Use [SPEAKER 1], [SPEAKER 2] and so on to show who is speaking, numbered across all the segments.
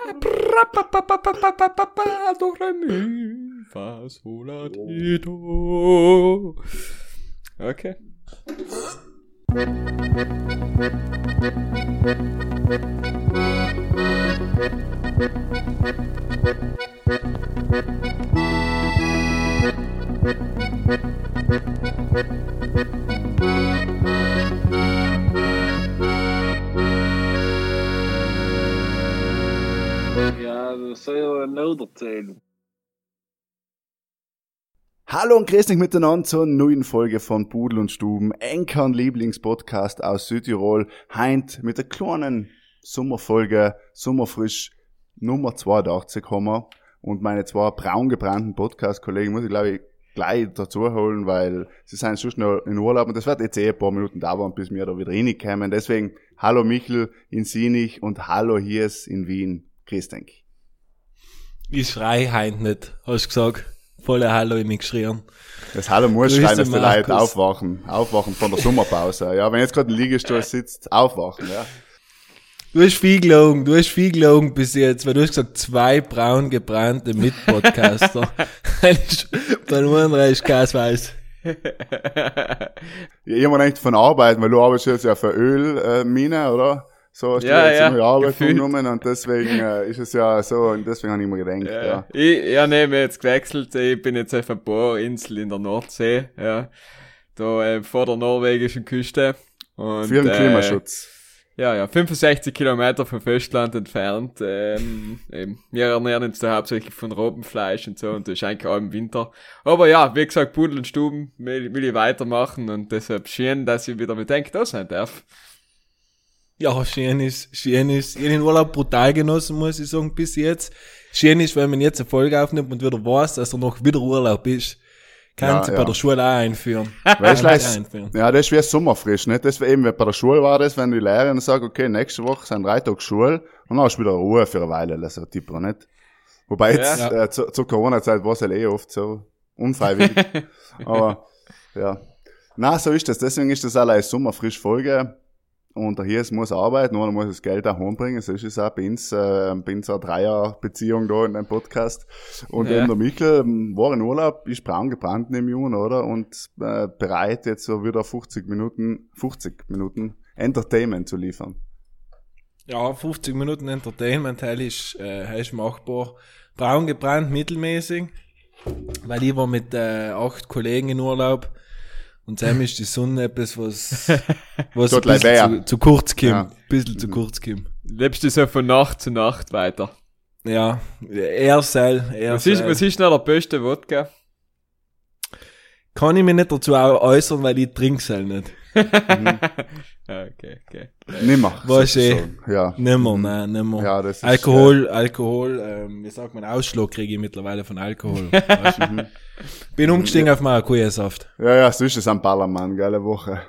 [SPEAKER 1] Do, re, mi, fa, sol, la, ti, do. Okay.
[SPEAKER 2] Ja, das soll ja nicht erzählen.
[SPEAKER 3] Hallo und grüß dich miteinander zur neuen Folge von Pudel und Stuben, Enkern Lieblingspodcast aus Südtirol. Heint mit der kleinen Sommerfolge, Sommerfrisch Nummer 82 haben wir. Und meine zwei braun gebrannten Podcast-Kollegen muss ich, glaube ich, gleich dazu holen, weil sie sind schon noch in Urlaub und das wird jetzt ein paar Minuten dauern, bis wir da wieder reinkommen. Deswegen, hallo Michel in Sinich und hallo Hiers in Wien. Grüß dich.
[SPEAKER 1] Ich schrei heint nicht, hast du gesagt. Volle Hallo in mich geschrien.
[SPEAKER 3] Das Hallo muss
[SPEAKER 1] Grüße,
[SPEAKER 3] schreien, dass die Leute
[SPEAKER 1] Markus.
[SPEAKER 3] aufwachen von der Sommerpause. Ja, wenn jetzt gerade ein Liegestuhl sitzt, aufwachen, ja.
[SPEAKER 1] Du hast viel gelogen bis jetzt, weil du hast gesagt, 2 braun gebrannte Mitpodcaster. Bei nur anderen ist kein weiß.
[SPEAKER 3] Ich habe mir eigentlich von Arbeit, weil du arbeitest jetzt ja für Ölmine, oder? So hast du
[SPEAKER 2] Ja,
[SPEAKER 3] jetzt
[SPEAKER 2] ja,
[SPEAKER 3] immer Arbeit
[SPEAKER 2] gefühlt.
[SPEAKER 3] genommen und deswegen ist es ja so und deswegen habe ich mir gedacht, ja.
[SPEAKER 2] Ich habe jetzt gewechselt, ich bin jetzt auf einer Bohrinsel in der Nordsee, ja. Da vor der norwegischen Küste. Und,
[SPEAKER 3] Für den Klimaschutz.
[SPEAKER 2] Ja, 65 Kilometer vom Festland entfernt. Eben, wir ernähren uns da hauptsächlich von Robbenfleisch und so und das ist eigentlich auch im Winter. Aber ja, wie gesagt, Pudel und Stuben will ich weitermachen und deshalb schön, dass ich wieder mit denke, da sein darf.
[SPEAKER 1] Ja, schön ist. Ich habe den Urlaub brutal genossen, muss ich sagen, bis jetzt. Schön ist, wenn man jetzt eine Folge aufnimmt und wieder weiß, dass er noch wieder Urlaub ist. Kann sie bei der Schule auch einführen.
[SPEAKER 3] Weißt du, ja, das ist wie Sommerfrisch, nicht? Das war eben, bei der Schule war das, wenn die Lehrerin sagt, okay, nächste Woche sind 3 Tage Schule und dann hast du wieder Ruhe für eine Weile, das ist ein Tipper, nicht? Wobei jetzt, zur Corona-Zeit war es halt oft so unfreiwillig. Aber, ja. Na, so ist das. Deswegen ist das auch eine Sommerfrisch-Folge. Und hier muss arbeiten, oder muss das Geld auch heimbringen, so ist es auch bei uns eine Dreier-Beziehung da in dem Podcast. Und eben der Michel war in Urlaub, ist braun gebrannt im Jungen, oder? Und bereit jetzt so wieder 50 Minuten Entertainment zu liefern.
[SPEAKER 1] Ja, 50 Minuten Entertainment, ist machbar. Braun gebrannt, mittelmäßig, weil ich war mit 8 Kollegen in Urlaub. Und Sam ist die Sonne etwas, was ein bisschen zu kurz kommt.
[SPEAKER 3] Ja.
[SPEAKER 1] Ein bisschen zu kurz kommt.
[SPEAKER 2] Lebst du so von Nacht zu Nacht weiter?
[SPEAKER 1] Ja, was
[SPEAKER 2] ist noch der beste Wodka?
[SPEAKER 1] Kann ich mich nicht dazu auch äußern, weil ich trink's halt nicht.
[SPEAKER 2] Okay.
[SPEAKER 3] Nimmer.
[SPEAKER 1] Weißt du,
[SPEAKER 3] ja.
[SPEAKER 1] Nimmer.
[SPEAKER 3] Ja, das ist,
[SPEAKER 1] Alkohol, wie sagt man, Ausschlag kriege ich mittlerweile von Alkohol. Weißt du? Bin umgestiegen auf Maracuja-Saft.
[SPEAKER 3] Ja, so ist es am Ballermann, geile Woche.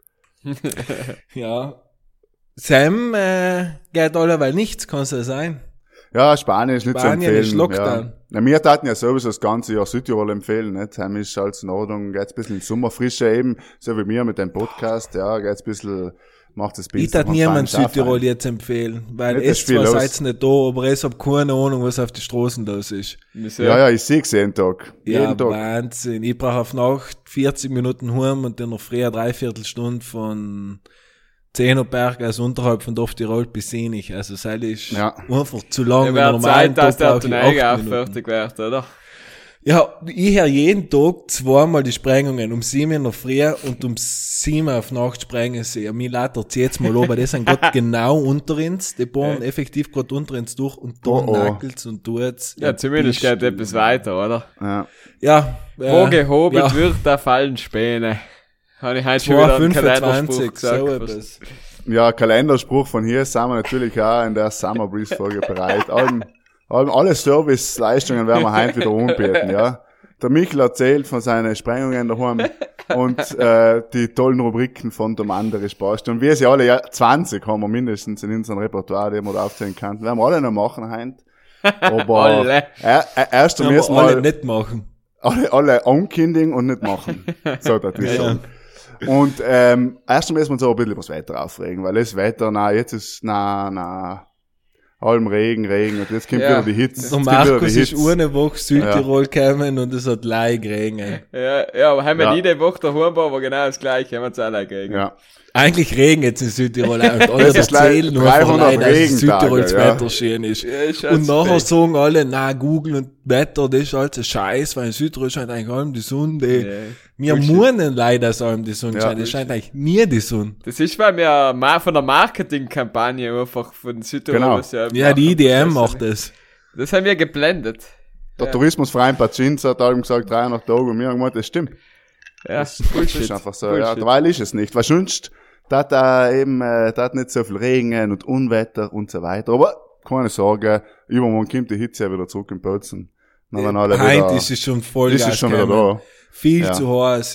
[SPEAKER 1] Ja. Sam, geht allerweil nichts, kann's ja sein.
[SPEAKER 3] Ja, Spanien ist nicht zu empfehlen.
[SPEAKER 1] Ist Lockdown.
[SPEAKER 3] Ja, wir taten ja sowieso das ganze Jahr Südtirol empfehlen, nicht? Heim ist alles in Ordnung, geht's ein bisschen in Sommerfrische eben, so wie wir mit dem Podcast, ja, geht's ein bisschen, macht es ein bisschen.
[SPEAKER 1] Ich tat niemand Südtirol jetzt empfehlen, weil es zwar seid nicht da, aber ich hab keine Ahnung, was auf die Straßen los ist.
[SPEAKER 3] Ja, ich seh's jeden Tag. Jeden Tag.
[SPEAKER 1] Wahnsinn. Ich brauche auf Nacht 40 Minuten heim und dann noch früher 3/4 Stunde von Zehnerberg, also unterhalb von Dorf Tirol bis Sinich. Also, das ist einfach zu lang.
[SPEAKER 2] Ja, wäre Zeit, dass der Tunnel auch fertig wird, oder?
[SPEAKER 1] Ja, ich höre jeden Tag 2-mal die Sprengungen. Um 7 in der Früh und um 7 auf Nacht sprengen sie. Ja, mir lädt jetzt mal an, weil das sind gerade genau unter uns. Die bohren effektiv gerade unter uns durch und da nackelt's und tut's.
[SPEAKER 2] Ja, zumindest geht etwas weiter, oder?
[SPEAKER 1] Ja.
[SPEAKER 2] Wo gehobelt wird, da fallen Späne. Habe ich heute schon wieder einen Kalenderspruch gesagt.
[SPEAKER 1] So
[SPEAKER 3] ja, Kalenderspruch von hier sind wir natürlich auch in der Summer Breeze Folge bereit. Alle Serviceleistungen werden wir heute wieder anbieten, ja. Der Michel erzählt von seinen Sprengungen daheim und die tollen Rubriken von dem anderen Spaß. Und wir sie alle 20 haben wir mindestens in unserem Repertoire, die wir da aufzählen können. Werden wir alle noch machen heute. Aber
[SPEAKER 2] alle.
[SPEAKER 3] Erst am ersten Mal
[SPEAKER 1] alle nicht machen.
[SPEAKER 3] Alle ankündigen und nicht machen. So, das ist so. Und erst müssen wir uns aber ein bisschen über das Wetter aufregen, weil das Wetter, jetzt ist, allem Regen, und jetzt kommt wieder die Hitze.
[SPEAKER 1] Der Markus ist eine Woche Südtirol gekommen und es hat leicht geregnet.
[SPEAKER 2] Ja, aber haben wir jede Woche daheim war, aber genau das Gleiche, haben wir es auch leicht geregnet.
[SPEAKER 3] Ja.
[SPEAKER 1] Eigentlich regnet es in Südtirol auch. Und alle erzählen nur von Leuten, dass in Südtirol das Wetter schön ist.
[SPEAKER 2] Ja,
[SPEAKER 1] und nachher sagen alle, na, Google und Wetter, das ist alles Scheiß, weil in Südtirol scheint eigentlich allem die Sonne. Wir munen leider, dass allem die Sonne scheint. Es scheint eigentlich nie die Sonne.
[SPEAKER 2] Das ist, weil wir von der Marketingkampagne einfach von Südtirol.
[SPEAKER 3] Genau.
[SPEAKER 1] Ja, die IDM macht das.
[SPEAKER 2] Das haben wir geblendet.
[SPEAKER 3] Der Tourismusverein Pacins hat allem gesagt, 300 Tage, und wir haben gesagt, das stimmt.
[SPEAKER 2] Ja,
[SPEAKER 3] das ist einfach so. Ja, derweil ist es nicht. Weil sonst, da hat nicht so viel Regen und Unwetter und so weiter. Aber keine Sorge, übermorgen kommt die Hitze ja wieder zurück in Bozen.
[SPEAKER 1] Heute ist es schon voll.
[SPEAKER 3] Ist es schon wieder da.
[SPEAKER 1] Viel zu heiß.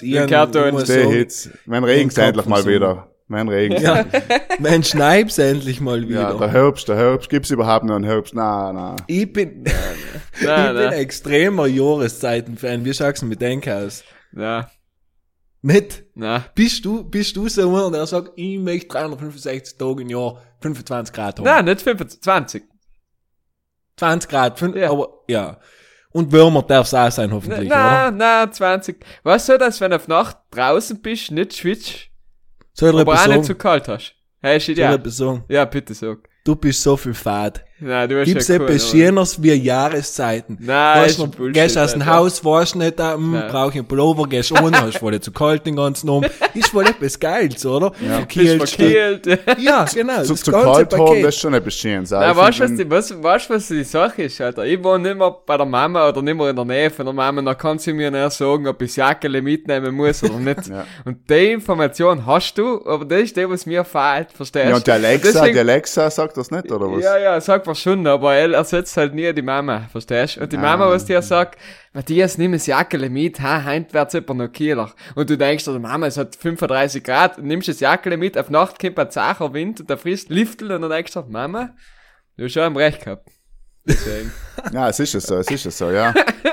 [SPEAKER 3] Wenn regen's endlich mal wieder. Wenn
[SPEAKER 1] schneit's endlich mal wieder.
[SPEAKER 3] Ja, der Herbst. Gibt's überhaupt noch einen Herbst? Nein.
[SPEAKER 1] Ich bin ein extremer Jahreszeiten-Fan. Wie schaut's denn mit Denkhaus?
[SPEAKER 2] Ja.
[SPEAKER 1] Mit?
[SPEAKER 2] Na.
[SPEAKER 1] Bist du so einer, der sagt, ich möchte 365 Tage im Jahr 25 Grad haben?
[SPEAKER 2] Nein, nicht 25.
[SPEAKER 1] 20 Grad, aber ja. Und wärmer darf es auch sein, hoffentlich, oder?
[SPEAKER 2] Nein, 20. Weißt du, dass wenn du auf Nacht draußen bist, nicht schwitzt, aber auch nicht zu kalt hast? Hey, ist ideal. Ja, bitte sag.
[SPEAKER 1] Du bist so viel Fad.
[SPEAKER 2] Nein, du hast
[SPEAKER 1] Gibt's etwas Schöneres wie Jahreszeiten?
[SPEAKER 2] Nein,
[SPEAKER 1] gehst aus dem Haus, weißt nicht, brauch ich einen Pullover, gehst ohne, hast voll zu kalt den ganzen Abend. Ist voll etwas Geiles, oder?
[SPEAKER 3] Ja.
[SPEAKER 2] Verkehlt.
[SPEAKER 1] Ja, genau.
[SPEAKER 3] Zu kalt haben, das ist schon etwas Schönes.
[SPEAKER 2] Nein, weißt du, was die Sache ist, Alter? Ich wohne nicht mehr bei der Mama oder nicht mehr in der Nähe von der Mama, dann kann sie mir nicht sagen, ob ich das Jackele mitnehmen muss oder nicht.
[SPEAKER 3] Ja.
[SPEAKER 2] Und die Information hast du, aber das ist das, was mir fehlt, verstehst du?
[SPEAKER 3] Ja, und die Alexa sagt das nicht, oder was?
[SPEAKER 2] Ja, sagt man schon, aber er ersetzt halt nie die Mama, verstehst du? Und die Mama, was dir sagt, Matthias, nimm das Jackele mit, heint wird's etwa noch kühler. Und du denkst dir, Mama, es hat 35 Grad, nimmst das Jackele mit, auf Nacht kommt ein zacher Wind und der frisst Liftel und dann denkst du, Mama, du hast schon am Recht gehabt.
[SPEAKER 3] Ja, es ist so, ja.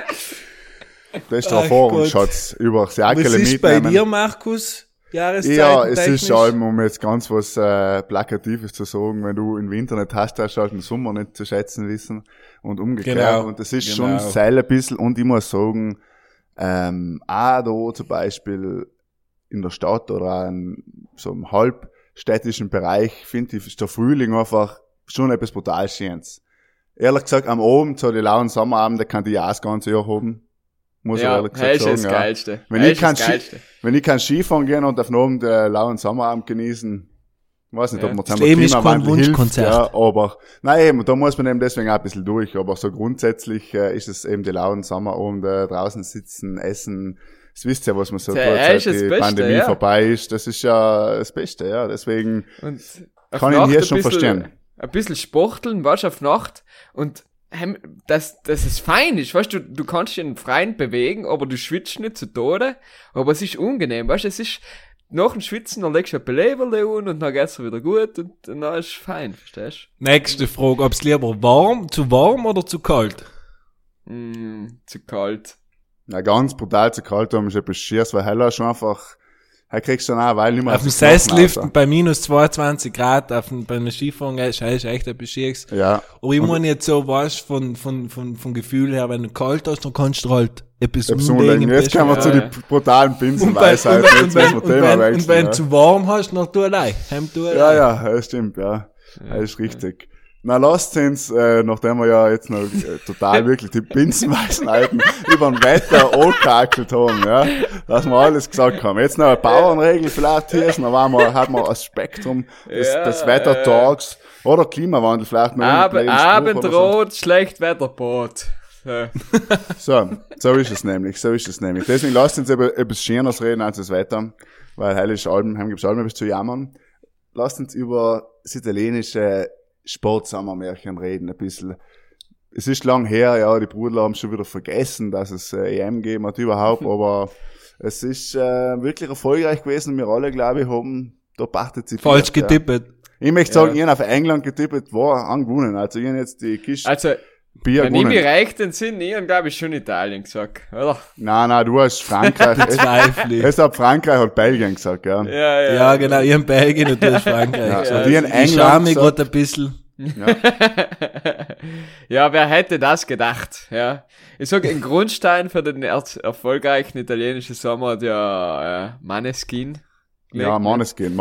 [SPEAKER 3] Das ist der Erfahrungsschatz über das Jackele mitnehmen.
[SPEAKER 1] Was ist bei dir, Markus? Jahreszeiten
[SPEAKER 3] ja, es ist allem, um jetzt ganz was Plakatives zu sagen, wenn du im Winter nicht hast, hast du halt im Sommer nicht zu schätzen wissen und umgekehrt.
[SPEAKER 1] Genau,
[SPEAKER 3] und das ist schon ein bisschen, und ich muss sagen, auch da zum Beispiel in der Stadt oder auch in so einem halbstädtischen Bereich, finde ich, ist der Frühling einfach schon etwas brutal Schönes. Ehrlich gesagt, am Abend, so die lauen Sommerabende, kann die ja das ganze Jahr haben. Muss ich ehrlich gesagt sagen.
[SPEAKER 2] Das Geilste.
[SPEAKER 3] Wenn ich kann Skifahren gehen und auf den Abend lauen Sommerabend genießen, weiß nicht, ob man
[SPEAKER 1] zusammen Klimawandel hilft,
[SPEAKER 3] ja, aber, nein, eben, da muss man eben deswegen auch ein bisschen durch, aber so grundsätzlich ist es eben die lauen Sommerabende, draußen sitzen, essen, das wisst ihr, was man so tut, seit die Pandemie vorbei ist, das ist ja das Beste, ja, deswegen
[SPEAKER 2] und
[SPEAKER 3] kann ich ihn hier schon verstehen.
[SPEAKER 2] Ein bisschen sporteln, weißt du, auf Nacht, und dass es fein ist, weißt du kannst dich in den Freien bewegen, aber du schwitzt nicht zu Tode, aber es ist unangenehm, weißt du, es ist, nach dem Schwitzen, dann legst du ein Beleberle an und dann geht's wieder gut und dann ist es fein, verstehst du?
[SPEAKER 1] Nächste Frage, ob's lieber zu warm oder zu kalt?
[SPEAKER 2] Zu kalt.
[SPEAKER 3] Ja, ganz brutal zu kalt, da ist etwas schiers, weil heller schon einfach, kriegst du dann auch, weil nicht mehr
[SPEAKER 1] auf dem Sessliften bei minus 22 Grad, bei einem Skifahren ist echt etwas schiers.
[SPEAKER 3] Ja.
[SPEAKER 1] Aber ich meine jetzt so, weißt von Gefühl her, wenn du kalt hast, dann kannst du halt etwas umlegen.
[SPEAKER 3] Jetzt kommen wir zu den brutalen Binsenweisheiten, jetzt müssen wir Thema wechseln.
[SPEAKER 1] Und wenn du zu warm hast, dann tu allein.
[SPEAKER 3] Ja, das stimmt, ja. Das ist richtig. Na, lasst uns, nachdem wir ja jetzt noch total wirklich die Binsenweisheiten über den Wetter angekakelt haben, ja, dass wir alles gesagt haben. Jetzt noch eine Bauernregel vielleicht hier, dann hat man das Spektrum des Wettertags oder Klimawandel vielleicht noch.
[SPEAKER 2] Abendrot, Schlechtwetterbad.
[SPEAKER 3] So ist es nämlich. Deswegen lasst uns über etwas Schöneres reden als das Wetter, weil gibt's Alben etwas zu jammern. Lasst uns über das italienische Sportsommermärchen reden ein bisschen. Es ist lang her, ja, die Brudler haben schon wieder vergessen, dass es EM gegeben hat überhaupt, aber es ist wirklich erfolgreich gewesen. Wir alle, glaube ich, haben da pachtet sie
[SPEAKER 1] falsch getippt.
[SPEAKER 3] Ja. Ich möchte sagen, ich habe auf England getippt, war angewonnen. Also ich habe jetzt die Kiste Bier
[SPEAKER 2] gewonnen. Wenn ich mich recht entsinne, ich habe, glaube ich, schon Italien gesagt, oder?
[SPEAKER 3] Nein, du hast Frankreich. Es hat Frankreich und Belgien gesagt, ja.
[SPEAKER 1] Ja, genau, ich habe Belgien und du hast Frankreich gesagt.
[SPEAKER 3] Und ich habe England
[SPEAKER 1] gesagt. Gerade ein bisschen.
[SPEAKER 2] Ja, wer hätte das gedacht, ja. Ich sag, ein Grundstein für den erfolgreichen italienischen Sommer hat ja Maneskin.
[SPEAKER 3] Ja, Maneskin,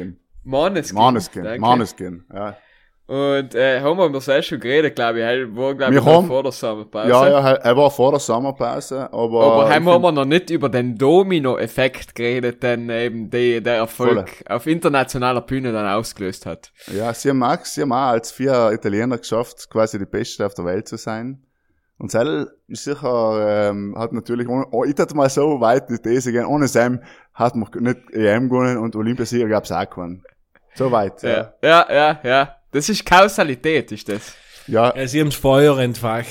[SPEAKER 3] ja.
[SPEAKER 2] Und haben wir über das schon geredet, glaube ich. Er war, glaube ich, noch vor der Sommerpause.
[SPEAKER 3] Ja, er war vor der Sommerpause,
[SPEAKER 2] aber haben wir noch nicht über den Domino-Effekt geredet, den eben der Erfolg auf internationaler Bühne dann ausgelöst hat.
[SPEAKER 3] Ja, sie haben auch als 4 Italiener geschafft, quasi die Beste auf der Welt zu sein. Und Sel ist sicher, hat natürlich, ich hatte mal so weit die These gehen, ohne Sam hat man nicht EM gewonnen und Olympiasieger gab's auch gewonnen. So weit.
[SPEAKER 2] Ja. Das ist Kausalität, ist das.
[SPEAKER 3] Ja.
[SPEAKER 1] Sie haben das Feuer entfacht.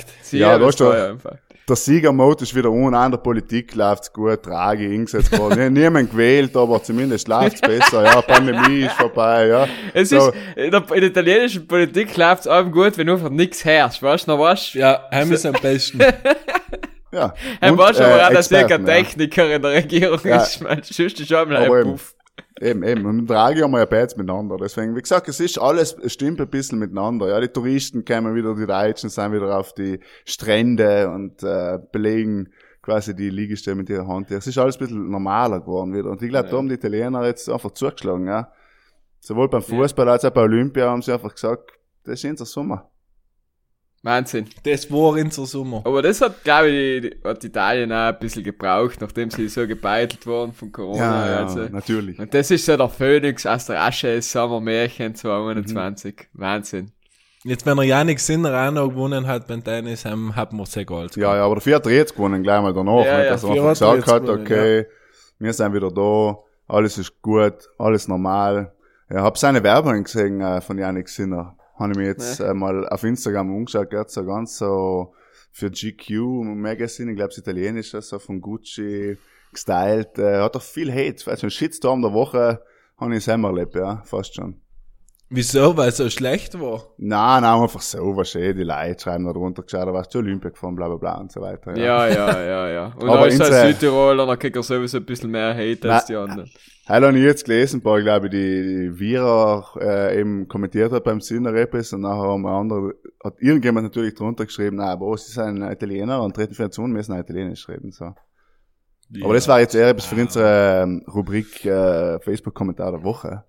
[SPEAKER 3] Der Siegermodus ist wieder ohne, an der Politik läuft's gut, Draghi eingesetzt worden. Niemand gewählt, aber zumindest läuft's besser, ja, Pandemie ist vorbei, ja.
[SPEAKER 2] Es so. Ist, in der italienischen Politik läuft's allem gut, wenn du einfach nichts herrschst, weißt du,
[SPEAKER 1] Ja, heim ist am besten.
[SPEAKER 3] Ja.
[SPEAKER 2] Er war schon mal dass er kein Techniker in der Regierung ist, man, sonst ist schon mal ein Puff.
[SPEAKER 3] Eben. Und mit Draghi haben wir ja beide miteinander. Deswegen, wie gesagt, es stimmt ein bisschen miteinander. Ja, die Touristen kommen wieder, die Deutschen sind wieder auf die Strände und belegen quasi die Liegestelle mit ihrer Hand. Es ist alles ein bisschen normaler geworden wieder. Und ich glaube, da haben die Italiener jetzt einfach zugeschlagen, ja. Sowohl beim Fußball als auch bei Olympia haben sie einfach gesagt, das ist unser Sommer.
[SPEAKER 2] Wahnsinn.
[SPEAKER 1] Das war unser Sommer.
[SPEAKER 2] Aber das hat, glaube ich, hat Italien auch ein bisschen gebraucht, nachdem sie so gebeitelt wurden von Corona.
[SPEAKER 3] Ja,
[SPEAKER 2] also.
[SPEAKER 3] Natürlich.
[SPEAKER 2] Und das ist so der Phönix aus der Asche des Sommermärchen 2021. Wahnsinn.
[SPEAKER 1] Jetzt, wenn er Yannick Sinner auch noch gewonnen hat beim Tennis, hat man sehr Gold.
[SPEAKER 3] Ja, aber der Viert hat jetzt gewonnen, gleich mal danach. Dass er einfach gesagt hat, okay, wir sind wieder da, alles ist gut, alles normal. Ich habe seine Werbung gesehen von Yannick Sinner. Habe ich mir jetzt mal auf Instagram umgeschaut, gehört so ganz so für GQ Magazine, ich glaube es italienisch, so von Gucci gestylt, hat doch viel Hate, weißt du, ein Shitstorm der Woche habe ich selber erlebt, ja, fast schon.
[SPEAKER 1] Wieso? Weil es so schlecht war?
[SPEAKER 3] Nein, einfach so, wahrscheinlich, die Leute schreiben da drunter geschaut, da warst du Olympia gefahren, bla bla bla und so weiter.
[SPEAKER 2] Ja. Und aber als Südtiroler, dann kriegt er sowieso ein bisschen mehr Hate als die anderen.
[SPEAKER 3] Heil habe ich jetzt gelesen, weil, glaube ich, die Vira eben kommentiert hat beim Sinner-Repes und nachher haben andere, hat irgendjemand natürlich drunter geschrieben, aber sie sind ein Italiener und treten für eine Zone, müssen ein Italienisch schreiben, so. Ja. Aber das war jetzt eher etwas für unsere Rubrik Facebook-Kommentar der Woche.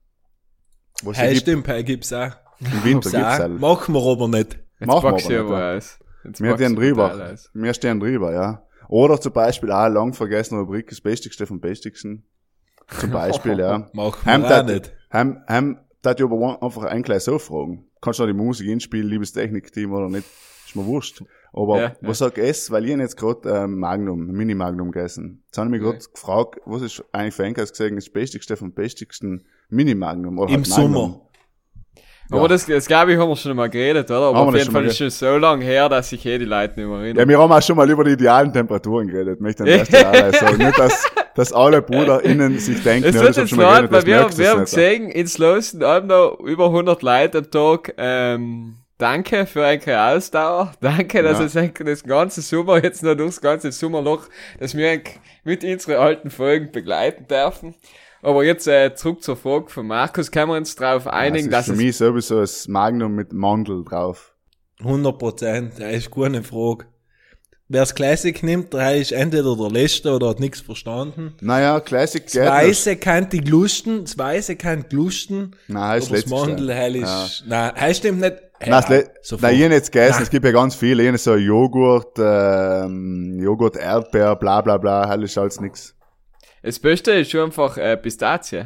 [SPEAKER 1] Hey, stimmt, hey, gibt's auch.
[SPEAKER 3] Im Winter gibt's auch.
[SPEAKER 1] Machen wir aber nicht.
[SPEAKER 3] Machen wir aber nicht. Wir stehen drüber. Wir stehen drüber, ja. Oder zum Beispiel auch lang vergessene Rubrik, das Bestigste vom Bestigsten. Zum Beispiel, ja.
[SPEAKER 1] Machen wir auch nicht.
[SPEAKER 3] Da ich aber einfach ein gleich so fragen. Kannst du noch die Musik inspielen, liebes Technikteam oder nicht? Ist mir wurscht. Aber was sag ich? Weil ich jetzt gerade Mini-Magnum gegessen. Jetzt habe ich mich gerade gefragt, was ist eigentlich für Enkers gesehen, das Bestigste vom Bestigsten Mini-Magnum? Oder
[SPEAKER 1] im
[SPEAKER 3] halt
[SPEAKER 1] Sommer.
[SPEAKER 2] Ja. Aber das glaube ich, haben wir schon mal geredet, oder? Aber auf jeden Fall ist es schon so lange her, dass sich die Leute nicht mehr erinnern.
[SPEAKER 3] Ja, wir haben auch schon mal über die idealen Temperaturen geredet, möchte ich an der Stelle sagen. Nicht, dass alle BruderInnen sich denken,
[SPEAKER 2] es wird jetzt leid, weil wir haben gesehen, ins Losen haben noch über 100 Leute am Tag, danke für eure Ausdauer. Danke, dass es das ganze Sommer, jetzt noch durchs ganze Sommerloch, dass wir mit unseren alten Folgen begleiten dürfen. Aber jetzt zurück zur Frage von Markus, können wir uns darauf einigen, dass
[SPEAKER 3] es... Für mich sowieso das Magnum mit Mandel drauf.
[SPEAKER 1] 100%, das ist keine Frage. Wer das Classic nimmt, der ist entweder der Letzte oder hat nichts verstanden.
[SPEAKER 3] Naja, Classic geht.
[SPEAKER 1] Das Weiße kann die Glusten,
[SPEAKER 3] Nein, das
[SPEAKER 1] Letzte. Das Mandel, ist... Nein, das stimmt nicht.
[SPEAKER 3] Nein, ich habe jetzt gegessen, es gibt ja ganz viele, ich so Joghurt, Erdbeer, bla bla bla, das ist alles nix.
[SPEAKER 2] Das Beste ist schon einfach Pistazie.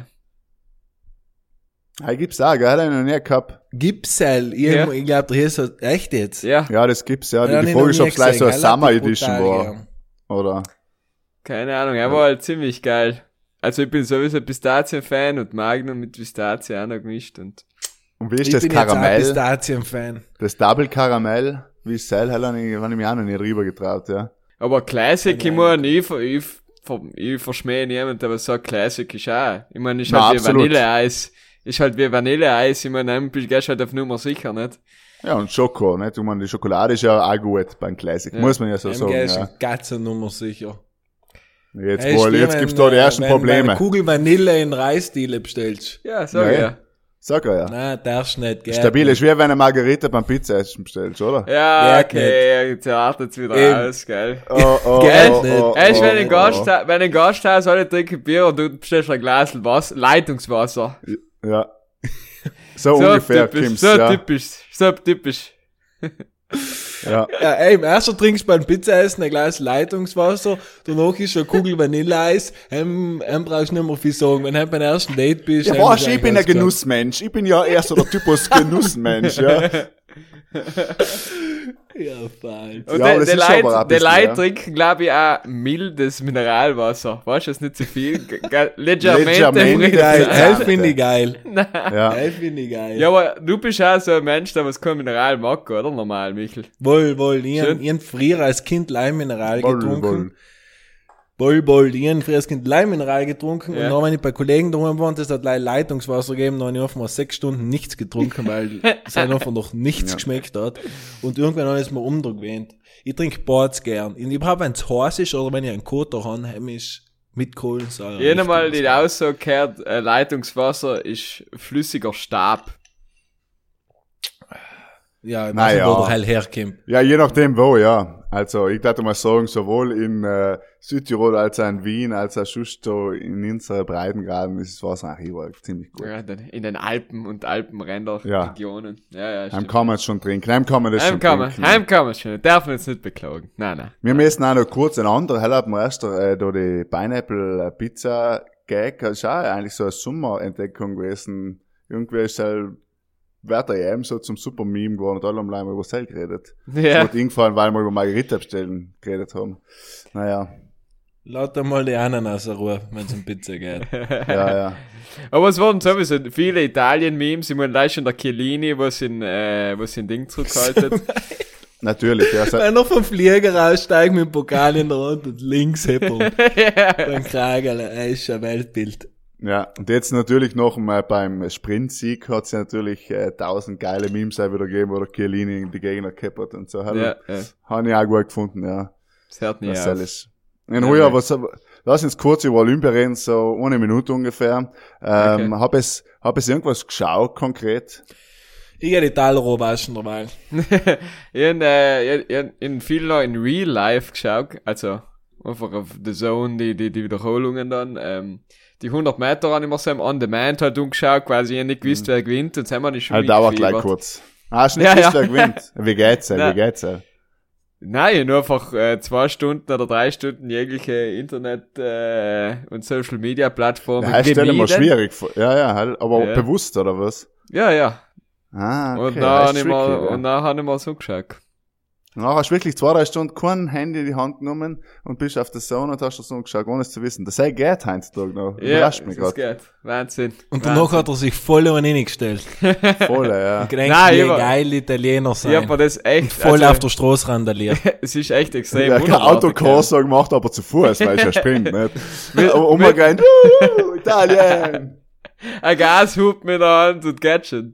[SPEAKER 3] Ja, gibt's auch, gell? Hat er noch nie gehabt.
[SPEAKER 1] Gibt's halt. Ich glaube, hier ist das echt jetzt.
[SPEAKER 3] Ja, das gibt's, ja. Die Frage ist, ob es gleich so eine Summer Edition war. Oder?
[SPEAKER 2] Keine Ahnung, er war halt ziemlich geil. Also ich bin sowieso Pistazien-Fan und Magnum mit Pistazie auch noch gemischt und
[SPEAKER 3] wie ist das Karamell?
[SPEAKER 1] Ich bin Pistazien-Fan.
[SPEAKER 3] Das Double Karamell, wie es sei, habe ich mich auch noch nicht rüber getraut, ja.
[SPEAKER 2] Aber Classic, ich meine, ich verschmähe niemanden, aber so Classic ist auch. Ich meine, ist halt wie Vanilleeis. Ist halt wie Vanilleeis. Ich meine, dann gehst du halt auf Nummer sicher, nicht?
[SPEAKER 3] Ja, und Schoko, nicht? Ich meine, die Schokolade ist ja auch gut beim Classic. Ja. Muss man ja so sagen. Ja.
[SPEAKER 1] Ganz Nummer sicher.
[SPEAKER 3] Jetzt gibt's da die ersten Probleme.
[SPEAKER 1] Wenn du eine Kugel Vanille in Reisdiele bestellst.
[SPEAKER 2] Ja, sag ja.
[SPEAKER 3] Sag er ja.
[SPEAKER 1] Nein, darfst nicht, gell.
[SPEAKER 3] Stabil ist wie wenn eine Margarita beim Pizza-Essen bestellst, oder?
[SPEAKER 2] Ja,
[SPEAKER 1] Geht
[SPEAKER 2] okay, jetzt wartet's wieder aus, gell.
[SPEAKER 1] Geht nicht.
[SPEAKER 2] Erst wenn ein Gasthaus alle trinken Bier und du bestellst ein Glas Wasser, Leitungswasser.
[SPEAKER 3] Ja. So ungefähr
[SPEAKER 2] typisch,
[SPEAKER 3] kommt's,
[SPEAKER 2] so typisch.
[SPEAKER 3] Ja.
[SPEAKER 1] Ja, ey, im ersten trinkst du beim Pizzaessen ein Glas Leitungswasser, danach ist eine Kugel Vanilleeis, brauchst du nicht mehr viel sagen. Wenn du beim ersten Date bist,
[SPEAKER 3] Ja, weißt, ich bin ein Genussmensch. Ich bin ja eher so der Typus Genussmensch, ja.
[SPEAKER 1] Ja, falsch.
[SPEAKER 2] Und
[SPEAKER 3] Ja, aber das
[SPEAKER 2] die
[SPEAKER 3] ist aber ein
[SPEAKER 2] Leute
[SPEAKER 3] bisschen,
[SPEAKER 2] trinken, glaube ich, auch mildes Mineralwasser. Weißt du, das ist nicht zu viel. Leggermente
[SPEAKER 3] Leggermente.
[SPEAKER 1] Geil,
[SPEAKER 3] Ja.
[SPEAKER 1] das finde ich geil.
[SPEAKER 3] Ja.
[SPEAKER 1] Das finde ich geil.
[SPEAKER 2] Ja, aber du bist auch so ein Mensch, der was kein Mineral mag, oder? Normal, Michel.
[SPEAKER 1] Wohl. Ich
[SPEAKER 2] Schön.
[SPEAKER 1] hab früher als Kind Leimmineral getrunken.
[SPEAKER 3] Woll.
[SPEAKER 1] Ich hab früher als Kind Leimmineral getrunken.
[SPEAKER 2] Ja.
[SPEAKER 1] Und dann, wenn ich bei Kollegen daheim war und es hat Leitungswasser gegeben, dann habe ich einfach mal 6 Stunden nichts getrunken, weil es einfach noch nichts geschmeckt hat. Und irgendwann habe ich es mir umgewöhnt. Ich trinke Bads gern. Ich habe, wenn es heiß ist oder wenn ich einen Koter habe, habe ich mit Kohlensäure.
[SPEAKER 2] Jedes Mal die Aussage gehört, Leitungswasser ist flüssiger Stab.
[SPEAKER 1] Ja, ich weiß
[SPEAKER 3] Naja.
[SPEAKER 1] nicht, wo der Heil herkommt.
[SPEAKER 3] Ja, je nachdem wo, ja. Also, ich würde mal sagen, sowohl in Südtirol als auch in Wien, als auch sonst so in unseren Breitengraden ist das Wasser auch überall ziemlich gut.
[SPEAKER 2] Ja, in den Alpen und Alpenränderregionen. Ja,
[SPEAKER 3] Heim
[SPEAKER 2] stimmt.
[SPEAKER 3] kann man es schon trinken. Heim kann man das schon trinken.
[SPEAKER 2] Heim kann man schon. Darf man jetzt nicht beklagen. Nein.
[SPEAKER 3] Wir müssen auch noch kurz ein anderer, hell hat mir erst da die Pineapple Pizza Gag, das ist auch eigentlich so eine Sommerentdeckung gewesen. Irgendwie ist halt, wird er eben so zum super Meme geworden und alle haben leider über Sell geredet.
[SPEAKER 2] Ja.
[SPEAKER 3] Ist mir eingefallen, weil wir über Margarita bestellen geredet haben. Naja,
[SPEAKER 1] Laut mal die Ananas in Ruhe, wenn es um Pizza geht.
[SPEAKER 3] ja.
[SPEAKER 2] Aber es wurden sowieso viele Italien-Memes. Ich meine, da ist schon der Chiellini, was in Ding zurückhaltet.
[SPEAKER 3] Natürlich, ja.
[SPEAKER 1] Wenn er vom Flieger raussteigt mit dem Pokal in der Hand und links heppeln. Beim Kragen, er ist ein Weltbild.
[SPEAKER 3] Ja, und jetzt natürlich noch mal beim Sprintsieg hat es ja natürlich 1000 geile Memes auch wieder gegeben, wo der Chiellini die Gegner geppert und so.
[SPEAKER 2] Ja.
[SPEAKER 3] Habe ich auch gut gefunden, ja.
[SPEAKER 2] Das hört nie
[SPEAKER 3] Was
[SPEAKER 2] auf.
[SPEAKER 3] ist. In Ruhe, lass uns kurz über Olympia reden, so 1 Minute ungefähr.
[SPEAKER 2] Okay.
[SPEAKER 3] Hab es irgendwas geschaut, konkret?
[SPEAKER 1] Ich gehe die Taler waschen dabei.
[SPEAKER 2] in viel noch in Real Life geschaut, also einfach auf The Zone, die Wiederholungen dann, die 100 Meter habe ich mir so im On Demand halt umgeschaut, quasi ich hab nicht gewusst, wer gewinnt, und jetzt haben wir nicht schon
[SPEAKER 3] Halt dauert gleich
[SPEAKER 2] mitgefiebert.
[SPEAKER 3] kurz. Hast du nicht gewusst, wer gewinnt? Wie geht's denn?
[SPEAKER 2] Nein, nur einfach 2 Stunden oder 3 Stunden jegliche Internet und Social Media Plattformen.
[SPEAKER 3] Ja, stell dir mal
[SPEAKER 2] gemieden.
[SPEAKER 3] schwierig vor. Ja, halt, aber
[SPEAKER 2] Ja.
[SPEAKER 3] bewusst, oder was?
[SPEAKER 2] Ja.
[SPEAKER 3] Ah, okay.
[SPEAKER 2] Und dann
[SPEAKER 3] das
[SPEAKER 2] habe
[SPEAKER 3] ist
[SPEAKER 2] ich mal,
[SPEAKER 3] tricky, ja.
[SPEAKER 2] und dann habe ich mal so geschaut.
[SPEAKER 3] Dann hast du wirklich 2-3 Stunden kein Handy in die Hand genommen und bist auf der Zone und hast das so geschaut, ohne es zu wissen. Das sei geht heutzutage noch.
[SPEAKER 2] Ja,
[SPEAKER 3] Überrascht mich
[SPEAKER 2] das
[SPEAKER 3] gerade.
[SPEAKER 2] geht. Wahnsinn.
[SPEAKER 1] Und danach hat er sich voll an ihn gestellt.
[SPEAKER 3] Voll, ja.
[SPEAKER 1] Und gedacht,
[SPEAKER 2] Nein,
[SPEAKER 1] wie
[SPEAKER 2] ich war-
[SPEAKER 1] geil Italiener
[SPEAKER 2] Ja,
[SPEAKER 1] sein.
[SPEAKER 2] aber das echt,
[SPEAKER 1] Voll auf der Straße randaliert.
[SPEAKER 2] es ist echt extrem
[SPEAKER 3] Ja, kein
[SPEAKER 2] unerwartet,
[SPEAKER 3] Autokorso gemacht, aber zu Fuß, weil ich ja springt, nicht? Aber umgegangen, Italien!
[SPEAKER 2] Ein Gashub mit der Hand und geht schon.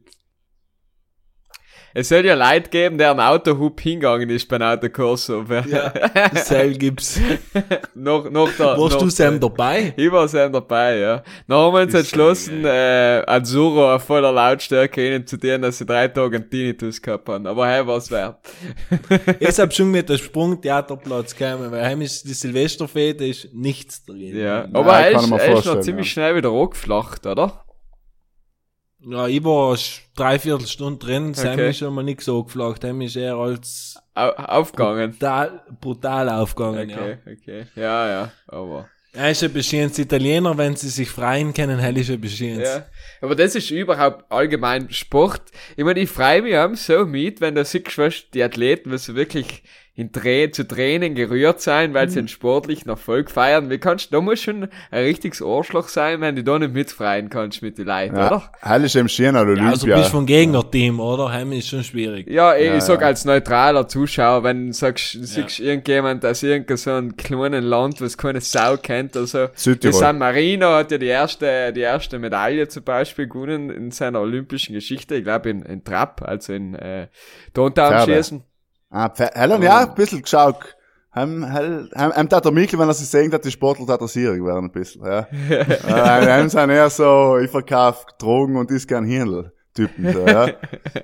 [SPEAKER 2] Es soll ja Leute geben, der einen Autohub hingegangen ist beim Autokorso.
[SPEAKER 1] Ja, Seil gibt's.
[SPEAKER 2] noch
[SPEAKER 1] Warst du Sam dabei?
[SPEAKER 2] Ich war Sam dabei, ja. Dann haben wir uns entschlossen, Azzurro auf voller Lautstärke ihnen zu denen, dass sie 3 Tage einen Tinnitus gehabt haben. Aber hey, war's wert.
[SPEAKER 1] Ich hab schon mit dem Sprungtheaterplatz gekommen, weil heim ist die Silvesterfete ist nichts drin.
[SPEAKER 2] Ja. Aber
[SPEAKER 3] Nein,
[SPEAKER 2] er
[SPEAKER 3] kann ich
[SPEAKER 2] ist
[SPEAKER 3] mir
[SPEAKER 2] noch
[SPEAKER 3] vorstellen,
[SPEAKER 2] ziemlich
[SPEAKER 3] ja.
[SPEAKER 2] schnell wieder hochgeflacht, oder?
[SPEAKER 1] Ja, ich war 3/4 Stunde drin, Sam
[SPEAKER 2] Okay.
[SPEAKER 1] ist schon mal nicht so geflacht, Sam ist eher als
[SPEAKER 2] Aufgegangen.
[SPEAKER 1] brutal aufgegangen,
[SPEAKER 2] Okay. Ja, aber.
[SPEAKER 1] ja. Er ist ein beschiedenes Italiener, wenn sie sich freien können, hell ist ein beschiedenes.
[SPEAKER 2] Ja. Aber das ist überhaupt allgemein Sport. Ich meine, ich freue mich auch so mit, wenn du siehst, weißt, die Athleten müssen wirklich zu Tränen gerührt sein, weil sie einen sportlichen Erfolg feiern. Da muss schon ein richtiges Arschloch sein, wenn du da nicht mitfreien kannst mit den Leuten, oder?
[SPEAKER 3] Ja, heil ist im Schien an
[SPEAKER 1] Ja, also
[SPEAKER 3] Olympia.
[SPEAKER 1] bist vom Gegnerteam, oder? Heim ist schon schwierig.
[SPEAKER 2] Ja, ich
[SPEAKER 3] Ja,
[SPEAKER 2] sag
[SPEAKER 3] ja.
[SPEAKER 2] als neutraler Zuschauer, wenn du siehst irgendjemand aus irgendeinem so einem kleinen Land, was keine Sau kennt, also
[SPEAKER 3] Südtirol.
[SPEAKER 2] der San Marino hat ja die erste Medaille zum Beispiel gewonnen in seiner olympischen Geschichte, ich glaube in Trap, also in Tontaumschießen.
[SPEAKER 3] Helen, ja, ein bisschen geschaut. tat der Mikl, wenn er sich sehen hat, die Sportler tat er sierig werden ein bisschen, ja. Heim sind eher so, ich verkauf Drogen und ist gern Hirnl-Typen, so, ja.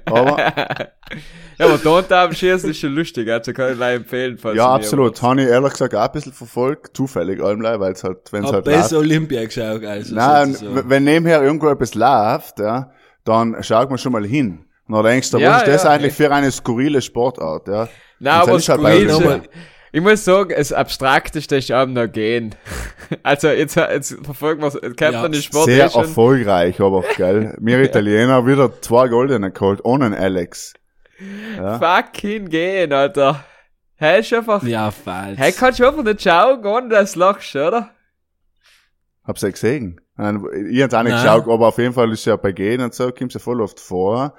[SPEAKER 2] Aber Tontauben schießen ist schon lustig, also kann ich gleich empfehlen, falls
[SPEAKER 3] ja, absolut. Habe ich ehrlich gesagt auch ein bisschen verfolgt, zufällig, allem, weil es halt, wenn es halt
[SPEAKER 1] läuft. Besser Olympia geschaut, also.
[SPEAKER 3] Nein, wenn nebenher irgendwo etwas läuft, ja, dann schaut man schon mal hin. Und dann denkst du, was ist das eigentlich für eine skurrile Sportart, ja?
[SPEAKER 2] Nein, aber skurril, ich muss sagen, das Abstrakteste ist auch noch gehen. Also, jetzt verfolgen wir es, kennt man den Sport
[SPEAKER 3] sehr erfolgreich, aber, gell? Wir Italiener wieder 2 Goldene geholt, ohne einen Alex.
[SPEAKER 2] Ja. Fucking gehen, Alter. Hey, ist einfach.
[SPEAKER 1] Ja, falsch.
[SPEAKER 2] Hey, kannst du einfach nicht schauen, ohne dass du lachst, oder?
[SPEAKER 3] Hab's ja gesehen. Ich hab's auch nicht geschaut, aber auf jeden Fall ist ja bei Gehen und so, kommt's ja voll oft vor,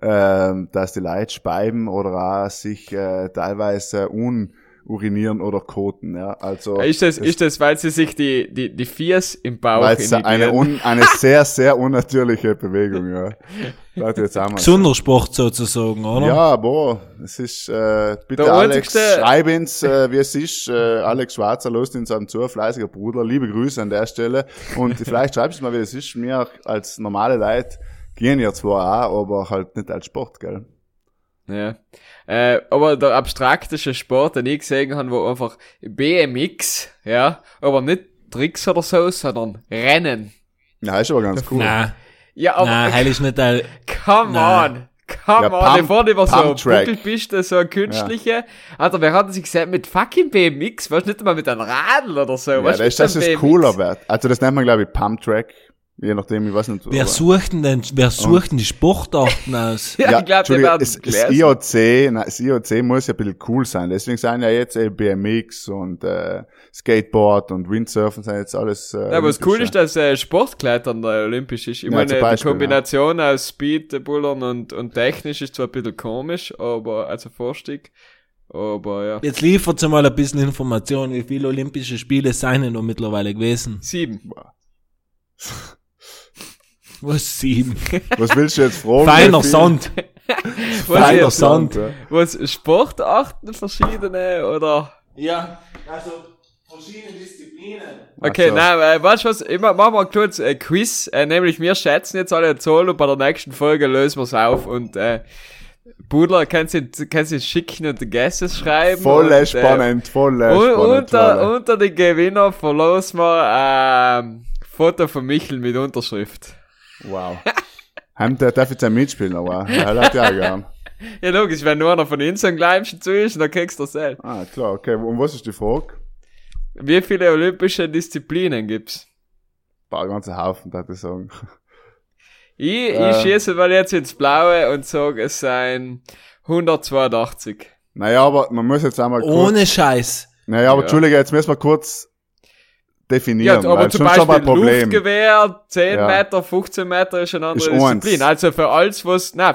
[SPEAKER 3] dass die Leute speiben oder auch sich teilweise urinieren oder koten, ja. Also.
[SPEAKER 2] Ist das, weil sie sich die Fies im Bauch
[SPEAKER 3] weil es eine sehr, sehr unnatürliche Bewegung, ja.
[SPEAKER 1] Gesunder Sport sozusagen, oder?
[SPEAKER 3] Ja, boah, es ist, bitte Alex, schreib uns, wie es ist, Alex Schwarzer, lost uns an zu, fleißiger Bruder, liebe Grüße an der Stelle, und vielleicht schreibst du mal, wie es ist, mir als normale Leute gehen ja zwar auch, aber halt nicht als Sport, gell?
[SPEAKER 2] Ja. Aber der abstrakteste Sport, den ich gesehen habe, wo einfach BMX, ja, aber nicht Tricks oder so, sondern Rennen.
[SPEAKER 3] Ja, ist aber ganz cool.
[SPEAKER 1] Nein.
[SPEAKER 2] Ja, aber.
[SPEAKER 1] Nein, heil ist nicht ein.
[SPEAKER 2] Come on! Bevor du über so eine Buckelpiste, so eine künstliche. Alter, wer hat sich gesagt mit fucking BMX? Weißt du, nicht mal mit einem Radl oder so?
[SPEAKER 3] Ja, das ist cooler wert. Also, das nennt man, glaube ich, Pumptrack. Je nachdem, ich weiß nicht.
[SPEAKER 1] Wer sucht denn die Sportarten aus?
[SPEAKER 2] Ja, ich glaube,
[SPEAKER 3] das IOC muss ja ein bisschen cool sein. Deswegen sind ja jetzt BMX und Skateboard und Windsurfen sind jetzt alles.
[SPEAKER 2] Ja, was cool ist, dass Sportklettern olympisch ist. Ich meine, die Kombination aus Speedbullern und technisch ist zwar ein bisschen komisch, aber also vorstig. Aber ja.
[SPEAKER 1] Jetzt liefert mal ein bisschen Information, wie viele Olympische Spiele seien denn noch mittlerweile gewesen?
[SPEAKER 2] 7.
[SPEAKER 1] Was 7?
[SPEAKER 3] Was willst du jetzt fragen?
[SPEAKER 1] Feiner Sand. Feiner Sand.
[SPEAKER 2] Was, Sportarten verschiedene, oder?
[SPEAKER 1] Ja, also verschiedene Disziplinen.
[SPEAKER 2] Okay, nein, weißt du was, machen wir kurz ein Quiz, nämlich wir schätzen jetzt alle Zoll und bei der nächsten Folge lösen wir es auf und Budler, kannst du schicken und die Guesses schreiben.
[SPEAKER 3] Voll spannend.
[SPEAKER 2] Unter den Gewinner verlosen wir Foto von Michel mit Unterschrift.
[SPEAKER 3] Wow. Der darf jetzt ja mitspielen, aber er hat ja gern.
[SPEAKER 2] Ja, logisch, wenn nur einer von uns am Gleimchen zu ist, dann kriegst du das selbst.
[SPEAKER 3] Ah, klar, okay. Und was ist die Frage?
[SPEAKER 2] Wie viele olympische Disziplinen gibt's?
[SPEAKER 3] Ein ganzer Haufen, darf ich sagen.
[SPEAKER 2] Ich schieße mal jetzt ins Blaue und sage, es seien 182.
[SPEAKER 3] Naja, aber man muss jetzt einmal kurz...
[SPEAKER 1] Ohne Scheiß.
[SPEAKER 3] Naja, aber Entschuldige, jetzt müssen wir kurz definieren.
[SPEAKER 2] Ja, aber zum Beispiel Luftgewehr, 10 Meter, 15 Meter ist eine andere Disziplin. Also für alles, was man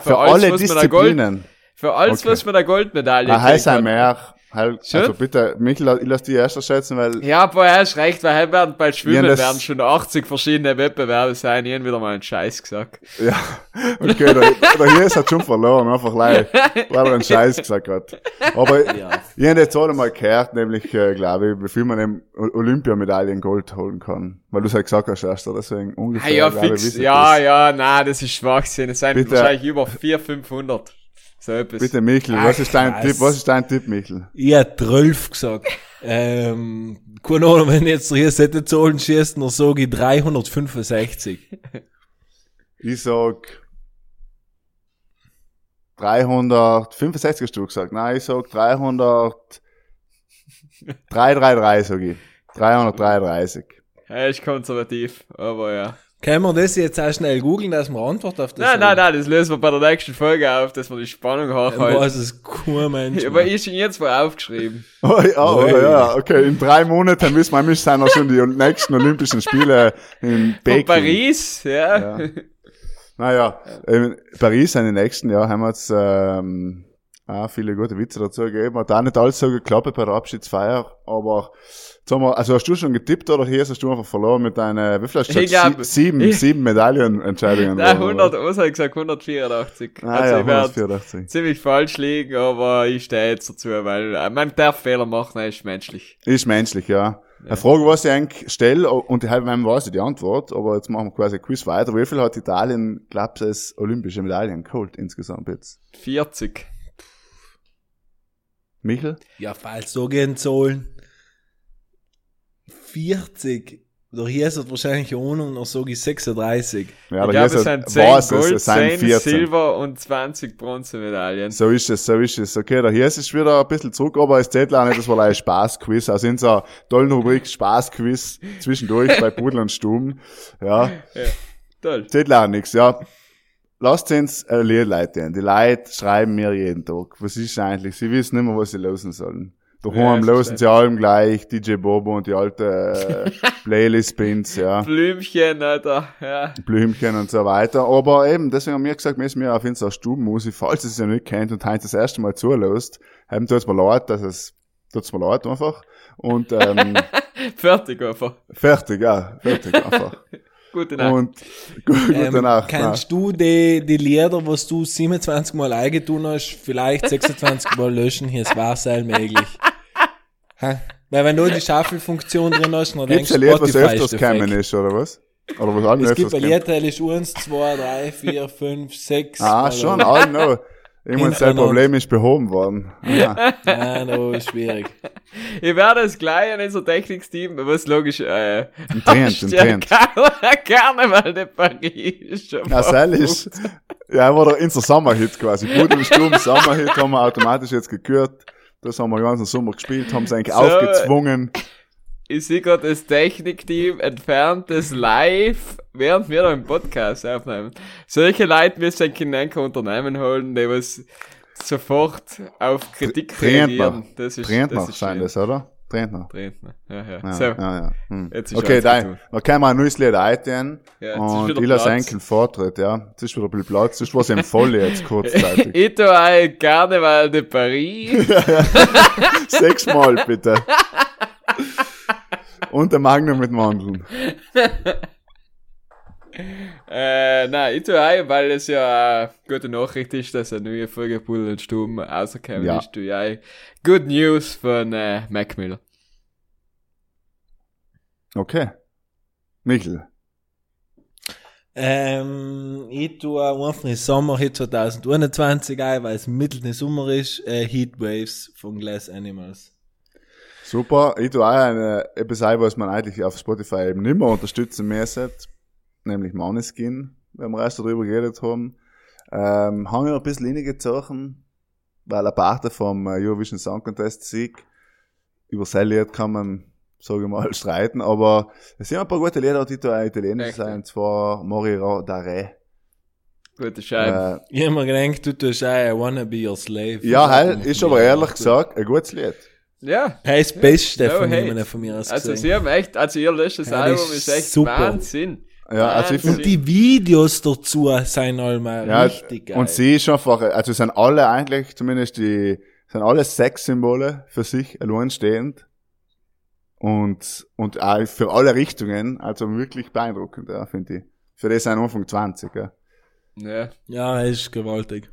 [SPEAKER 2] eine Goldmedaille
[SPEAKER 3] heißt ein mehr. Also bitte, Michael, ich lass die erst schätzen, weil...
[SPEAKER 2] Ja, aber er ist recht, weil werden bei Schwimmen werden schon 80 verschiedene Wettbewerbe sein. Ich hab wieder mal einen Scheiß gesagt.
[SPEAKER 3] Ja, okay, der hier ist halt schon verloren, einfach weil er einen Scheiß gesagt hat. Aber ich hab jetzt alle mal gehört, nämlich, glaube ich, wie viel man eben Olympiamedaillen Gold holen kann. Weil du es halt gesagt hast erst, deswegen ungefähr.
[SPEAKER 2] Ja, fix. Nein, das ist Schwachsinn. Es sind wahrscheinlich über 400-500. So etwas.
[SPEAKER 3] Bitte, Michel, was ist dein Tipp, Michel?
[SPEAKER 1] Ich hätte 12 gesagt. Keine Ahnung, wenn jetzt hier solche Zahlen schießt, dann sage ich 365.
[SPEAKER 3] Ich sag 365 hast du gesagt. Nein, ich sag 333, sag ich. 333.
[SPEAKER 2] Ja, ist konservativ, aber ja.
[SPEAKER 1] Können wir das jetzt auch schnell googeln, dass wir Antwort auf das
[SPEAKER 2] haben? Nein, das lösen wir bei der nächsten Folge auf, dass wir die Spannung hochhalten.
[SPEAKER 1] Was ist cool, Mensch.
[SPEAKER 2] Aber ich schon jetzt mal aufgeschrieben.
[SPEAKER 3] Ja, okay. In 3 Monaten müssen wir sind auch schon die nächsten Olympischen Spiele in Peking.
[SPEAKER 2] Von Paris, ja.
[SPEAKER 3] Naja, Paris sind die nächsten, haben wir jetzt, viele gute Witze dazu gegeben. Hat auch nicht alles so geklappt bei der Abschiedsfeier, aber jetzt haben wir, also hast du schon getippt oder hier hast du einfach verloren mit deiner, wie viel hast du gesagt? Sieben Medaillenentscheidungen.
[SPEAKER 2] Nein, 100, was habe ich gesagt? 184. Also ich werde ziemlich falsch liegen, aber ich stehe jetzt dazu, weil man darf Fehler machen, ist menschlich.
[SPEAKER 3] Ist menschlich, ja. Eine Frage, was ich eigentlich stelle, und ich weiß die Antwort, aber jetzt machen wir quasi ein Quiz weiter. Wie viel hat Italien, glaubst du, als olympische Medaillen geholt insgesamt jetzt?
[SPEAKER 2] 40.
[SPEAKER 3] Michel?
[SPEAKER 1] Ja, falls so gehen sollen. 40. Oder hier ist es wahrscheinlich ohne und noch so 36.
[SPEAKER 3] Ja,
[SPEAKER 2] ich glaube, es sind 10 Gold, 10 Silber und 20 Bronzemedaillen.
[SPEAKER 3] So ist es. Okay, da hier ist es wieder ein bisschen zurück, aber es zählt auch nicht, das war ein Spaßquiz. Also in so einer tollen Rubrik Spaßquiz zwischendurch bei Pudel und Stuben. Ja.
[SPEAKER 2] Toll.
[SPEAKER 3] Zählt auch nichts, ja. Lasst uns Lied leiten. Die Leute schreiben mir jeden Tag. Was ist eigentlich? Sie wissen nicht mehr, was sie losen sollen. Daheim losen sie allem gleich, DJ Bobo und die alte Playlist-Pins, ja.
[SPEAKER 2] Blümchen, Alter, ja.
[SPEAKER 3] Blümchen und so weiter. Aber eben, deswegen haben wir gesagt, müssen wir auf Insta Stubenmusik, falls ihr es ja nicht kennt und Heinz das erste Mal zulässt, haben tut's mir leid, tut's mir leid einfach. Und,
[SPEAKER 2] fertig einfach.
[SPEAKER 3] Fertig einfach.
[SPEAKER 2] Gute Nacht.
[SPEAKER 3] Und gute Nacht.
[SPEAKER 1] Kannst du die Lieder, was du 27 Mal eingetun hast, vielleicht 26 Mal löschen? Hier, es war sehr möglich. Weil wenn du die Shuffle-Funktion drin hast, dann denkst
[SPEAKER 3] du, Spotify was öfters gekommen ist, oder was? Oder was
[SPEAKER 1] anderes? Es gibt ein Lied, der ist 1, 2, 3, 4, 5, 6.
[SPEAKER 3] Schon, all no. Irgendwann sein Problem ist behoben worden.
[SPEAKER 1] Ja, no, ist schwierig.
[SPEAKER 2] Ich werde es gleich an unser Technikteam, was logisch,
[SPEAKER 3] ein Trend.
[SPEAKER 2] Karneval de Paris ist schon.
[SPEAKER 3] Ja, ist, ja, war der Insta Sommerhit quasi. Pudel und Stuben Sommerhit haben wir automatisch jetzt gekürt. Das haben wir den ganzen Sommer gespielt, haben es eigentlich aufgezwungen.
[SPEAKER 2] Ich sehe gerade das Technikteam entfernt das live, während wir da im Podcast aufnehmen. Solche Leute müssen ein Unternehmen holen, die was sofort auf Kritik reagieren.
[SPEAKER 3] Das ist sein das, oder? Trentner.
[SPEAKER 2] Ja. So.
[SPEAKER 3] Ja. Okay, da können wir ein neues Lied eintun.
[SPEAKER 2] Ja,
[SPEAKER 3] und Ilas Enkel Vortritt, ja. Jetzt ist wieder ein bisschen Platz. Das war im Voll jetzt kurzzeitig.
[SPEAKER 2] Ich tue ein Karneval de Paris.
[SPEAKER 3] 6-mal bitte. Und der Magnum mit Mandeln.
[SPEAKER 2] Nein, ich tue ein, weil es ja eine gute Nachricht ist, dass eine neue Folge Pudel und Stuben rausgekommen ist. Tue ich ein. Good News von Mac Miller.
[SPEAKER 3] Okay. Michel.
[SPEAKER 1] Ich tue einfach den Sommerhit 2021 ein, weil es mitten im Sommer ist. Heat Waves von Glass Animals.
[SPEAKER 3] Super, ich tue auch etwas ein, was man eigentlich auf Spotify eben nicht mehr unterstützen müsste, nämlich Måneskin, wenn wir erst darüber geredet haben. Haben wir ein bisschen reingezogen, weil ein Part vom Eurovision Song Contest Sieg über sein Lied kann man, sage ich mal, streiten, aber es sind ein paar gute Lieder, die da italienisch sein, und zwar Morirò d'Are.
[SPEAKER 2] Gute Scheibe.
[SPEAKER 1] Ich habe mir gedacht, du tust I Wanna Be Your Slave.
[SPEAKER 3] Ja, ist aber ehrlich gesagt ein gutes Lied.
[SPEAKER 2] Ja.
[SPEAKER 1] Er ist das Beste von mir aus
[SPEAKER 2] gesehen. Also sie haben echt, ihr letztes Album ist echt super. Wahnsinn.
[SPEAKER 3] Ja, also
[SPEAKER 1] und die Videos dazu sind einmal richtig geil.
[SPEAKER 3] Und sie ist einfach, also sind alle eigentlich, zumindest sind alle Sexsymbole für sich alleinstehend. Und auch für alle Richtungen, also wirklich beeindruckend, ja, finde ich. Für das sind Anfang 20, ja.
[SPEAKER 1] Ja, er ist gewaltig.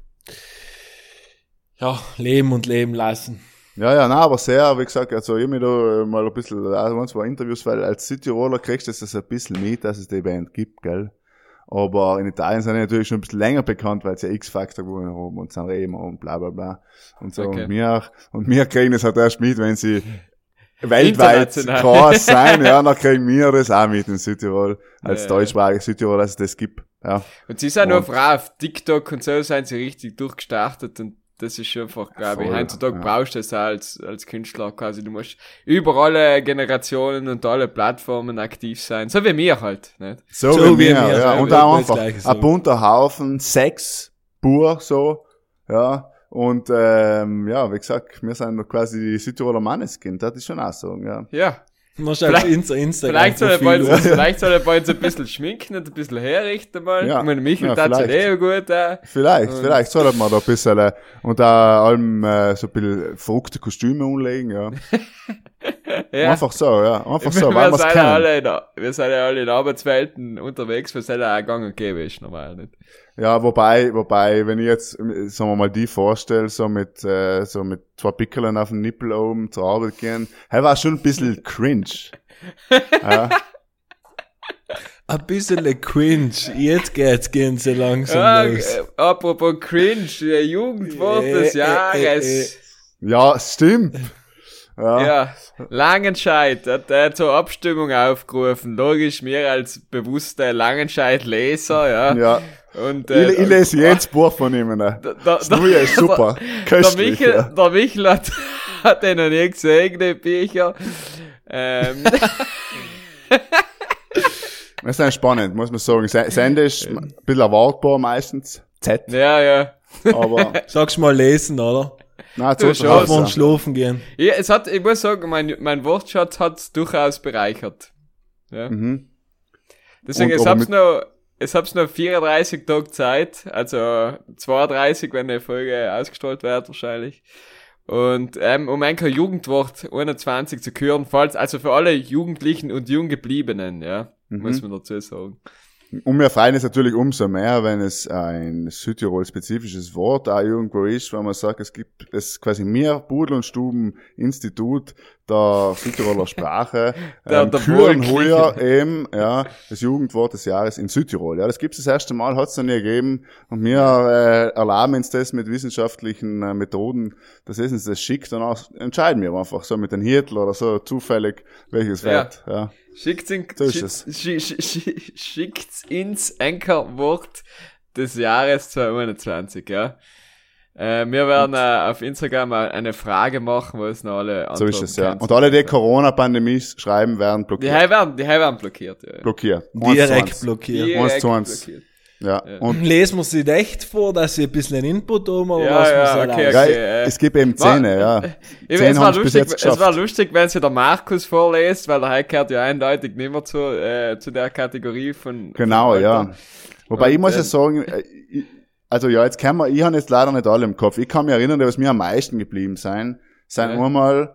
[SPEAKER 1] Ja, leben und leben lassen.
[SPEAKER 3] Ja, nein, aber sehr, wie gesagt, also ich habe mich da mal ein bisschen, zwei Interviews, weil als Südtiroler kriegst du das ein bisschen mit, dass es die Band gibt, gell. Aber in Italien sind die natürlich schon ein bisschen länger bekannt, weil sie ja X-Factor gewonnen haben und Sanremo und bla bla bla. Und so, okay. und wir kriegen das halt erst mit, wenn sie weltweit groß sein, ja, dann kriegen wir das auch mit in Südtirol, als deutschsprachige Südtirol, dass es das gibt, ja.
[SPEAKER 2] Und sie sind nur auf TikTok und so sind sie richtig durchgestartet und das ist einfach, glaube ich, heutzutage brauchst du das als Künstler quasi. Du musst über alle Generationen und alle Plattformen aktiv sein. So wie wir halt, nicht?
[SPEAKER 3] So wie wir, ja. Und auch einfach ein bunter Haufen, Sex, pur, so, ja. Und, wie gesagt, wir sind quasi die Südtiroler Måneskin, das ist schon auch so, ja.
[SPEAKER 2] Ja.
[SPEAKER 1] Man schaut Instagram.
[SPEAKER 2] Vielleicht soll er bei uns ein bisschen schminken und ein bisschen herrichten mal.
[SPEAKER 3] Ja.
[SPEAKER 2] Ich meine, Michael tat es gut.
[SPEAKER 3] Vielleicht sollte man da ein bisschen, und da allem so ein bisschen verrückte Kostüme umlegen, ja.
[SPEAKER 2] Ja.
[SPEAKER 3] Einfach so, weil wir's kennen.
[SPEAKER 2] Wir sind ja alle in Arbeitswelten unterwegs, was halt auch gang und gäbe ist, normal nicht.
[SPEAKER 3] Ja, wobei, wenn ich jetzt, sagen wir mal, die vorstelle, so mit zwei Pickeln auf dem Nippel oben zur Arbeit gehen, war schon ein bisschen cringe. Ja.
[SPEAKER 1] Ein bisschen cringe. Jetzt gehen sie langsam los.
[SPEAKER 2] Apropos cringe, Jugendwort des Jahres.
[SPEAKER 3] Ja, stimmt.
[SPEAKER 2] Ja, Langenscheidt hat zur Abstimmung aufgerufen. Logisch, mir als bewusster Langenscheidt-Leser, ja. Und,
[SPEAKER 3] ich lese jedes Buch von ihm. Das Neue ist super. Köstlich,
[SPEAKER 2] der Michel hat den noch nie gesehen, die Bücher.
[SPEAKER 3] Das ist spannend, muss man sagen. Sende ist ein bisschen erwartbar meistens. Z.
[SPEAKER 2] Ja.
[SPEAKER 3] Aber.
[SPEAKER 1] Sagst mal lesen, oder?
[SPEAKER 3] Nein,
[SPEAKER 1] so schon. Schlafen gehen.
[SPEAKER 2] Ja, ich muss sagen, mein Wortschatz hat's durchaus bereichert. Ja.
[SPEAKER 3] Mhm.
[SPEAKER 2] Deswegen, es hab's noch 34 Tage Zeit, also 32, wenn die Folge ausgestrahlt wird, wahrscheinlich. Und, um ein Jugendwort 21 zu hören, also für alle Jugendlichen und Junggebliebenen, ja, muss man dazu sagen.
[SPEAKER 3] Und wir freuen uns natürlich umso mehr, wenn es ein Südtirol-spezifisches Wort auch irgendwo ist, wenn man sagt, es gibt es quasi mehr Pudel- und Stuben-Institut der Südtiroler Sprache, küren heuer eben, das Jugendwort des Jahres in Südtirol. Ja, das gibt's das erste Mal, hat's noch nie gegeben. Und wir erlauben uns das mit wissenschaftlichen Methoden, dass es uns das schickt, und auch entscheiden wir einfach so mit den Hirtl oder so zufällig, welches wird. Ja.
[SPEAKER 2] Schickt's ins Anchor-Wort des Jahres 2021, ja. Wir werden auf Instagram eine Frage machen, wo es noch alle
[SPEAKER 3] antworten. So ist es, ja. Und alle, die Corona-Pandemie schreiben, werden blockiert.
[SPEAKER 2] Die werden blockiert, ja.
[SPEAKER 3] Blockiert.
[SPEAKER 1] Direkt blockiert.
[SPEAKER 3] 1:1. Ja.
[SPEAKER 1] Und lesen wir sie echt vor, dass sie ein bisschen einen Input haben, oder
[SPEAKER 3] okay. Es gibt eben 10, ja.
[SPEAKER 2] Es war lustig, wenn sie der Markus vorliest, weil der gehört ja eindeutig nicht mehr zu der Kategorie von...
[SPEAKER 3] Genau, ja. Wobei ich muss ja sagen, ich habe jetzt leider nicht alle im Kopf. Ich kann mich erinnern, was mir am meisten geblieben sind einmal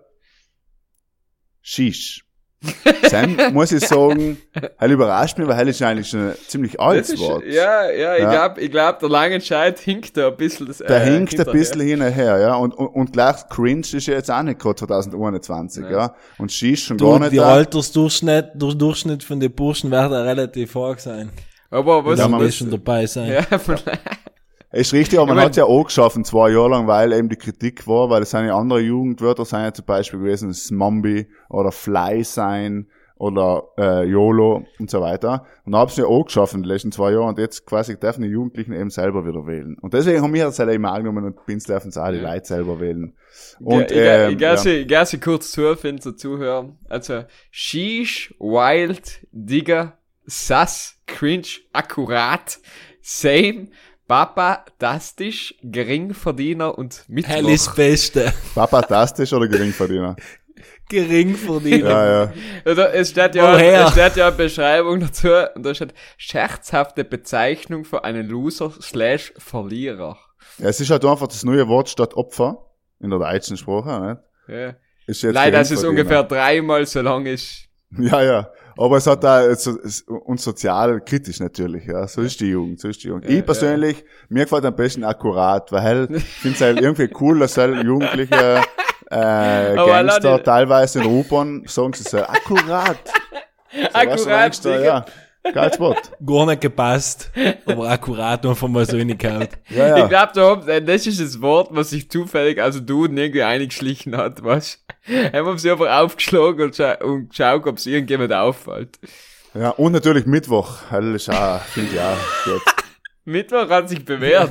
[SPEAKER 3] Shish. Sam, muss ich sagen, überrascht mich, weil ist eigentlich schon ein ziemlich altes Wort.
[SPEAKER 2] Ich glaub, der Langenscheidt hinkt da ein bisschen.
[SPEAKER 3] Der hinkt ein bisschen hinterher, ja. Und gleich cringe ist ja jetzt auch nicht gerade 2021, ja. Und Shish schon gar nicht.
[SPEAKER 1] Der Altersdurchschnitt von den Burschen wird da relativ hoch sein.
[SPEAKER 2] Aber was
[SPEAKER 1] muss schon dabei sein?
[SPEAKER 2] Ja,
[SPEAKER 3] ist richtig, aber man hat ja auch geschaffen, 2 Jahre lang, weil eben die Kritik war, weil es sind ja andere Jugendwörter, sind ja zum Beispiel gewesen, Smombi oder Fly sein oder YOLO und so weiter. Und da haben sie ja auch geschaffen in den letzten 2 Jahren, und jetzt quasi dürfen die Jugendlichen eben selber wieder wählen. Und deswegen haben wir das halt eben angenommen, und Pins dürfen es auch die Leute selber wählen. Und,
[SPEAKER 2] ich geh sie kurz zuhören, zu zuhören. Also, Sheesh, Wild, Digger, Sass, Cringe, Akkurat, Same, Papatastisch, Geringverdiener und Mittwoch.
[SPEAKER 1] Hell ist Beste.
[SPEAKER 3] Papatastisch oder Geringverdiener?
[SPEAKER 1] Geringverdiener.
[SPEAKER 3] Ja.
[SPEAKER 2] Es steht ja eine Beschreibung dazu, und da steht scherzhafte Bezeichnung für einen Loser/Verlierer.
[SPEAKER 3] Ja, es ist halt einfach das neue Wort statt Opfer in der deutschen Sprache, nicht?
[SPEAKER 2] Ja.
[SPEAKER 3] Ist jetzt
[SPEAKER 2] leider, dass es ungefähr 3-mal so lang ist.
[SPEAKER 3] Ja. Aber es hat da und sozial kritisch natürlich, ja. So ist die Jugend. Ich persönlich, mir gefällt am besten akkurat, weil ich finde es halt irgendwie cool, dass halt Jugendliche Gangster teilweise in U-Bahn sagen, sie so akkurat. So,
[SPEAKER 2] akkurat,
[SPEAKER 3] ja. Geiles Wort.
[SPEAKER 1] Gar nicht gepasst, aber akkurat einfach mal so reingehauen.
[SPEAKER 3] Ja.
[SPEAKER 2] Ich glaube, das ist das Wort, was sich zufällig, also du irgendwie eingeschlichen hat, weißt du? Haben sie einfach aufgeschlagen und geschaut, ob es irgendjemand auffällt.
[SPEAKER 3] Ja, und natürlich Mittwoch. Das ist auch, finde ich auch gut.
[SPEAKER 2] Mittwoch hat sich bewährt.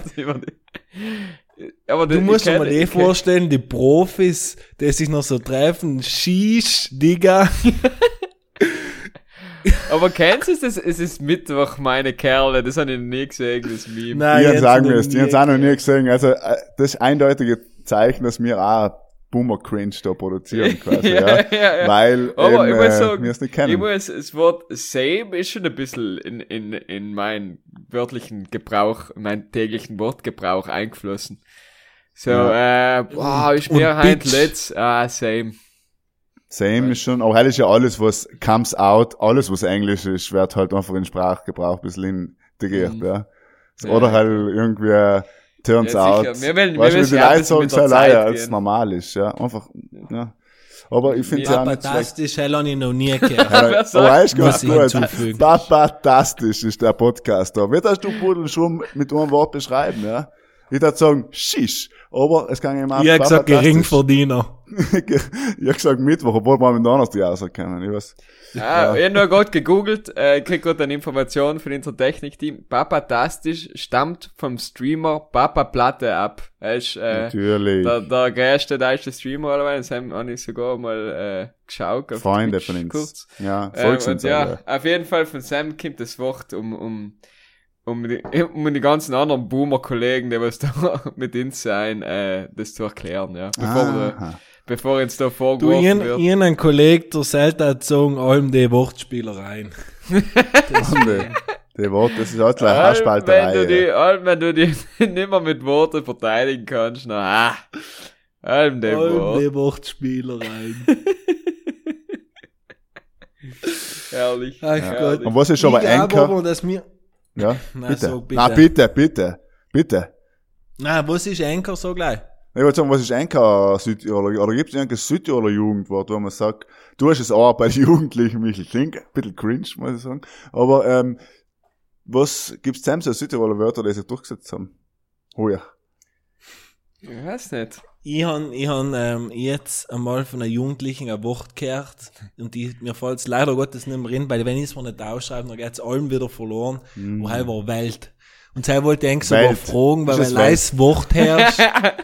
[SPEAKER 1] Aber du musst dir mal vorstellen, die Profis, die sich noch so treffen, Shish, Digga.
[SPEAKER 2] Aber kennst du es? Es ist Mittwoch, meine Kerle. Das habe ich noch nie gesehen, das Meme.
[SPEAKER 3] Nein, die haben es auch noch nie gesehen. Also, das ist eindeutige Zeichen, dass wir auch Boomer-Cringe da produzieren quasi, ja. Weil
[SPEAKER 2] aber ich muss sagen,
[SPEAKER 3] wir es nicht kennen.
[SPEAKER 2] Das Wort same ist schon ein bisschen in meinen wörtlichen Gebrauch, meinen täglichen Wortgebrauch eingeflossen. So, ist mir halt same.
[SPEAKER 3] Same ist schon, aber halt ist ja alles, was comes out, alles, was Englisch ist, wird halt einfach in Sprachgebrauch ein bisschen integriert, ja. Oder halt irgendwie turns out.
[SPEAKER 2] Weißt du,
[SPEAKER 3] wie die Leute sagen, es als normal ist, ja. Einfach, ja. Aber ich finde es ja nicht schlecht.
[SPEAKER 1] Fantastisch, habe ich noch nie gehört.
[SPEAKER 3] Aber ist ganz gut. Papatastisch ist der Podcast da. Wie darfst du Pudel schon mit einem Wort beschreiben, ja? Ich würde sagen, Shish. Aber es kann jemand.
[SPEAKER 1] Ich habe gesagt, Geringverdiener.
[SPEAKER 3] Ich habe gesagt Mittwoch, obwohl wir mit Donnerstag rauskommen. Ich weiß.
[SPEAKER 2] Ich habe nur gerade gegoogelt, krieg gerade eine Information von unserem Technikteam. Papatastisch stammt vom Streamer Papa Platte ab. Er ist
[SPEAKER 3] natürlich
[SPEAKER 2] der größte deutsche Streamer, oder? Das habe ich sogar mal geschaut.
[SPEAKER 3] Freunde von uns.
[SPEAKER 2] Kurz.
[SPEAKER 3] Ja,
[SPEAKER 2] und auf jeden Fall von Sam kommt das Wort um die ganzen anderen Boomer-Kollegen, die was da mit uns sein, das zu erklären, ja. Bevor jetzt da vorgeworfen wird.
[SPEAKER 1] Ich einen Kollegen, der selten hat gesagt, allem die Wortspielereien.
[SPEAKER 3] Die Wort, das ist halt eine Haarspalterei.
[SPEAKER 2] Wenn du die nicht mehr mit Worten verteidigen kannst, allem die
[SPEAKER 1] Wortspielereien.
[SPEAKER 2] Herrlich.
[SPEAKER 1] Ach Gott.
[SPEAKER 3] Und was ist aber Anchor? Ja,
[SPEAKER 1] nein,
[SPEAKER 3] bitte. Bitte.
[SPEAKER 1] Nein, was ist Anchor so gleich?
[SPEAKER 3] Ich würde sagen, was ist Anchor oder gibt es irgendein Südtiroler Jugendwort, wo man sagt, du hast es auch bei den Jugendlichen, Michel, klingt ein bisschen cringe, muss ich sagen. Aber, was gibt's denn so Südtiroler Wörter, die sich durchgesetzt haben? Heuer.
[SPEAKER 2] Ich weiß nicht.
[SPEAKER 1] Ich han jetzt einmal von einer Jugendlichen ein Wort gehört und mir fällt es leider Gottes nicht mehr rein, weil wenn ich es mir nicht aufschreibe, dann geht's allem wieder verloren. Woher war Welt? Und sie wollte eigentlich sogar fragen, weil wenn leis Wort herrscht,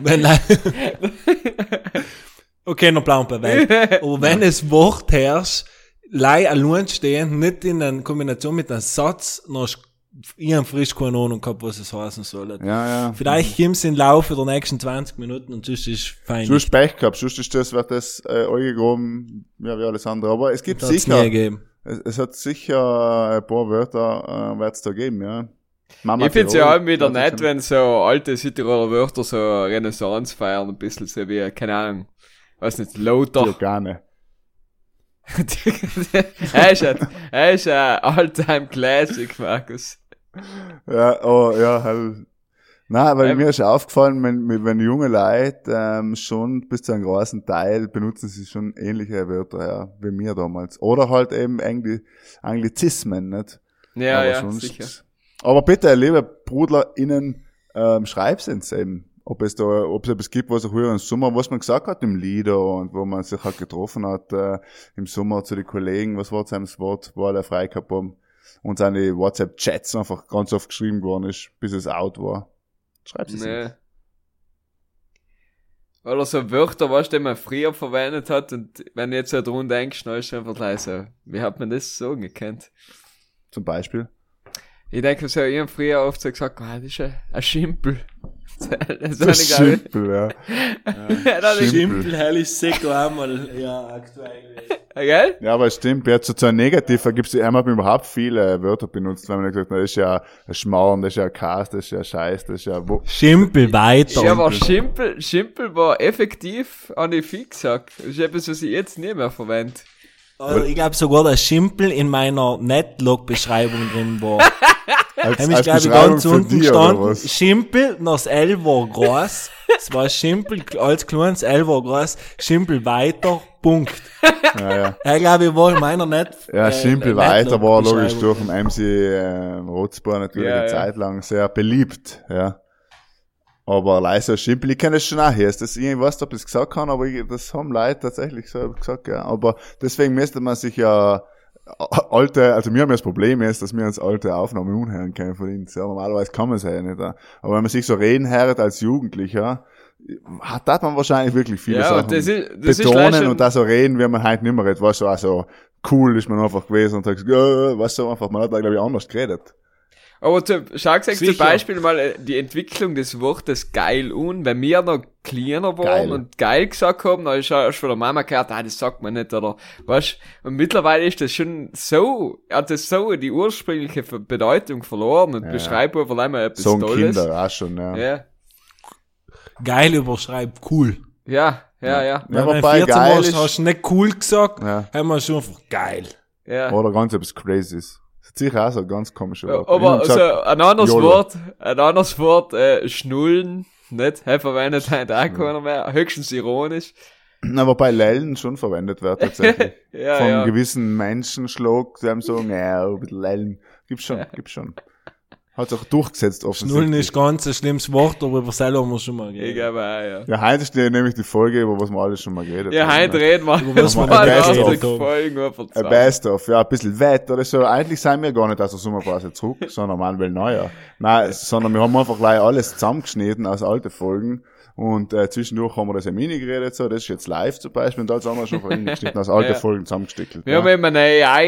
[SPEAKER 1] okay, noch bleiben bei Welt. Aber wenn es Wort herrscht, allein stehen, nicht in einer Kombination mit einem Satz, noch ich habe frisch keine Ahnung gehabt, was es heißen soll.
[SPEAKER 3] Ja.
[SPEAKER 1] Vielleicht kommt's im Laufe der nächsten 20 Minuten und sonst ist fein.
[SPEAKER 3] Du hast Pech gehabt, sonst ist wird das angehoben, ja, wie alles andere. Aber es gibt sicher, es hat sicher ein paar Wörter, wird's da geben, ja. Mama
[SPEAKER 2] ich find's ja auch wieder nett, wenn so alte Südtiroler Wörter so Renaissance feiern, ein bisschen so wie, keine Ahnung, weiß nicht, Lothar.
[SPEAKER 3] Diogane.
[SPEAKER 2] Er ist ein All-Time Classic, Markus.
[SPEAKER 3] Ja, halt. Nein, weil mir ist aufgefallen, wenn junge Leute schon bis zu einem großen Teil benutzen sie schon ähnliche Wörter, ja, wie mir damals. Oder halt eben Anglizismen, nicht?
[SPEAKER 2] Ja,
[SPEAKER 3] aber
[SPEAKER 2] ja,
[SPEAKER 3] sonst,
[SPEAKER 2] sicher.
[SPEAKER 3] Aber bitte, liebe BrudlerInnen, schreib's uns eben. Ob es etwas gibt, was auch früher im Sommer, was man gesagt hat im Lieder und wo man sich halt getroffen hat, im Sommer zu den Kollegen, was war sein Wort, wo alle frei gehabt haben und seine WhatsApp-Chats einfach ganz oft geschrieben worden ist, bis es out war. Schreib's es nicht.
[SPEAKER 2] Oder so Wörter, was die man früher verwendet hat und wenn du jetzt so drum denkst, dann ist es einfach gleich so, wie hat man das so gekannt?
[SPEAKER 3] Zum Beispiel?
[SPEAKER 2] Ich denke so, ich habe früher oft so gesagt, das ist ein Schimpel.
[SPEAKER 3] Das ist Schimpel, ja.
[SPEAKER 1] Schimpel, herrlich Seko einmal, ja, aktuell.
[SPEAKER 2] Gell?
[SPEAKER 3] Ja, aber es stimmt, jetzt so ein Negativer gibt's, einmal hat überhaupt viele Wörter benutzt, weil man gesagt hat, das ist ja ein Schmarrn, das ist ja ein Kass, das ist ja Scheiß, das ist ja
[SPEAKER 1] Schimpel weiter.
[SPEAKER 2] Ja, aber Schimpel war effektiv an die Fix gesagt. Das ist etwas, was ich jetzt nicht mehr verwende.
[SPEAKER 1] Also ich glaube sogar, dass Schimpel in meiner Netlog-Beschreibung drin war.
[SPEAKER 3] Als
[SPEAKER 1] glaube ich ganz unten gestanden, Schimpel, noch das L war groß. Es war Schimpel, als kleines L war groß, Schimpel weiter, Punkt.
[SPEAKER 3] Ja.
[SPEAKER 1] Ich glaube, ich war in meiner
[SPEAKER 3] Ja, Schimpel weiter war logisch durch den MC Rotzbar natürlich eine Zeit lang sehr beliebt, ja. Aber leise Schimpel, ich kenne es schon auch hier. Ich weiß nicht, ob ich es gesagt habe, aber das haben Leute tatsächlich so gesagt, ja. Aber deswegen müsste man sich ja also mir haben das Problem ist, dass wir uns alte Aufnahmen unhören können von ihnen. Ja, normalerweise kann man es ja nicht. Aber wenn man sich so reden hört als Jugendlicher, hat man wahrscheinlich wirklich viele Sachen betonen und da so reden, wie man halt nicht mehr redet. Weißt du, also cool ist man einfach gewesen und sagt, weißt du, einfach, man hat da glaube ich anders geredet.
[SPEAKER 2] Aber schau gesagt zum Beispiel mal die Entwicklung des Wortes geil an, wenn wir noch kleiner waren und geil gesagt haben, dann ist erst von der Mama gehört, das sagt man nicht, oder, weißt, und mittlerweile ist das schon so, hat das so die ursprüngliche Bedeutung verloren und beschreibt einfach einmal etwas
[SPEAKER 3] so
[SPEAKER 2] Tolles.
[SPEAKER 3] Kinder auch schon, ja.
[SPEAKER 1] Geil überschreibt cool.
[SPEAKER 2] Ja.
[SPEAKER 3] Ja,
[SPEAKER 1] Wenn
[SPEAKER 3] aber
[SPEAKER 1] du
[SPEAKER 3] bei
[SPEAKER 1] 14
[SPEAKER 3] geil
[SPEAKER 1] warst,
[SPEAKER 3] ist,
[SPEAKER 1] hast du nicht cool gesagt,
[SPEAKER 3] Ja.
[SPEAKER 1] haben wir schon einfach geil.
[SPEAKER 2] Ja.
[SPEAKER 3] oder ganz etwas Crazy's. Das ist sicher auch so ein ganz komischer Wort.
[SPEAKER 2] Aber
[SPEAKER 3] Ich hab
[SPEAKER 2] also
[SPEAKER 3] gesagt,
[SPEAKER 2] ein anderes Wort, schnullen, nicht, verwendet halt auch keiner mehr, höchstens ironisch.
[SPEAKER 3] Na, wobei Lellen schon verwendet wird tatsächlich.
[SPEAKER 2] Ja,
[SPEAKER 3] Von
[SPEAKER 2] ja.
[SPEAKER 3] gewissen Menschenschlag, die haben so, ein bisschen Lellen. Gibt's schon. Hat sich auch durchgesetzt offensichtlich.
[SPEAKER 1] Schnullen ist ganz ein schlimmes Wort, aber über selber haben wir schon mal
[SPEAKER 2] Ich
[SPEAKER 1] geredet.
[SPEAKER 2] glaube auch, ja.
[SPEAKER 3] Ja, heute steht nämlich die Folge, über was wir alles schon mal geredet
[SPEAKER 2] Ja,
[SPEAKER 3] haben.
[SPEAKER 2] heute reden wir
[SPEAKER 1] Über was wir
[SPEAKER 2] über
[SPEAKER 1] nicht geredet
[SPEAKER 2] 80
[SPEAKER 1] haben.
[SPEAKER 2] Folgen einfach
[SPEAKER 3] Ein
[SPEAKER 2] zusammen.
[SPEAKER 3] Best-of, ja, ein bisschen Wetter oder so. Eigentlich sind wir gar nicht aus der Sommerpause zurück, sondern Manuel Neuer. Nein, sondern wir haben einfach gleich alles zusammengeschnitten aus alten Folgen. Und zwischendurch haben wir das ja mini geredet, so, das ist jetzt live zum Beispiel, und da haben wir schon von innen geschnitten, aus alten Folgen zusammengestickelt.
[SPEAKER 2] Wir haben eben eine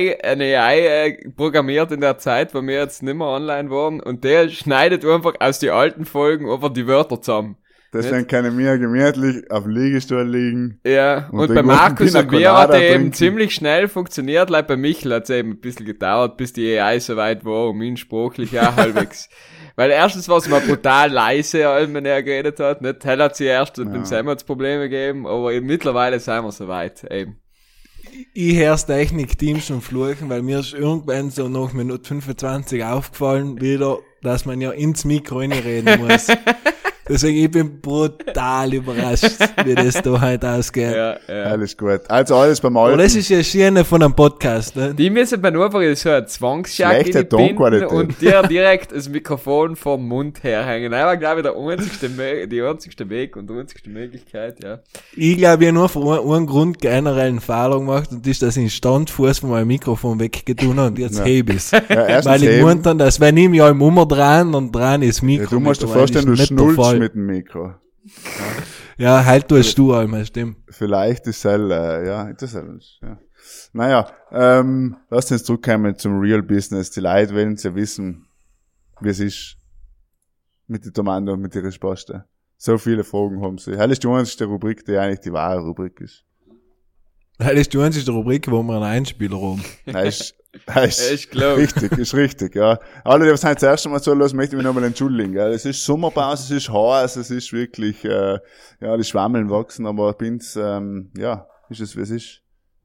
[SPEAKER 2] AI programmiert in der Zeit, wo wir jetzt nicht mehr online waren, und der schneidet einfach aus den alten Folgen einfach die Wörter zusammen.
[SPEAKER 3] Deswegen können wir gemütlich auf dem Liegestuhl liegen.
[SPEAKER 2] Ja, und
[SPEAKER 3] den
[SPEAKER 2] bei
[SPEAKER 3] guten
[SPEAKER 2] Markus
[SPEAKER 3] Pina
[SPEAKER 2] und mir
[SPEAKER 3] Colada
[SPEAKER 2] hat er eben
[SPEAKER 3] trinken.
[SPEAKER 2] ziemlich schnell funktioniert, like bei Michel hat es eben ein bisschen gedauert, bis die AI so weit war, und ihn sprachlich auch halbwegs. Weil erstens war es mal brutal leise, wenn er geredet hat, nicht? Hell hat sie erst beim Samuels Probleme gegeben, aber eben mittlerweile sind wir so weit, eben.
[SPEAKER 1] Ich hör's Technik-Teams schon fluchen, weil mir ist irgendwann so nach Minute 25 aufgefallen wieder, dass man ja ins Mikro reinreden muss. Deswegen, ich bin brutal überrascht, wie das da heute ausgeht.
[SPEAKER 2] Ja.
[SPEAKER 3] Alles gut. Also alles beim
[SPEAKER 1] Aber
[SPEAKER 3] Alten.
[SPEAKER 1] das ist ja Schiene von einem Podcast, ne?
[SPEAKER 2] Die müssen bei nur einfach so eine Zwangsjacke
[SPEAKER 3] Schlechte
[SPEAKER 2] binden
[SPEAKER 3] Tonqualität.
[SPEAKER 2] und dir direkt das Mikrofon vom Mund herhängen. Das war, glaube ich, die einzigste Weg und die einzigste Möglichkeit, ja.
[SPEAKER 1] Ich glaube, ich habe nur von einem Grund generell einen Fehler gemacht, und das ist, dass ich den Standfuß von meinem Mikrofon weggetun habe und jetzt hebe ich's.
[SPEAKER 3] erstens
[SPEAKER 1] Weil ich
[SPEAKER 3] heben.
[SPEAKER 1] meinte dann, dass wenn ich mich ja im Umdrehen und dran ist das Mikro.
[SPEAKER 3] Ja, du musst dir
[SPEAKER 1] mittlerweile
[SPEAKER 3] vorstellen, du
[SPEAKER 1] ist nicht der
[SPEAKER 3] schnulzt
[SPEAKER 1] Fall.
[SPEAKER 3] mit dem Mikro.
[SPEAKER 1] Ja, halt tust du einmal, stimmt.
[SPEAKER 3] Vielleicht ist es, ja, interessant, ja. Naja, lasst uns zurückkommen zum Real Business. Die Leute wollen ja wissen, wie es ist mit den Tomaten und mit den Resposten. So viele Fragen haben sie. Das ist die einzige Rubrik, die eigentlich die wahre Rubrik ist.
[SPEAKER 1] Das ist die einzige Rubrik, wo wir einen Einspieler haben.
[SPEAKER 3] Das ist
[SPEAKER 2] Ich glaub.
[SPEAKER 3] richtig, ja. Alle, die was heute das erste Mal zuhören, möchte ich mich nochmal entschuldigen, gell. Es ist Sommerpause, es ist heiß, es ist wirklich, ja, die Schwammeln wachsen, aber ich bin's, ja, ist es, wie es ist.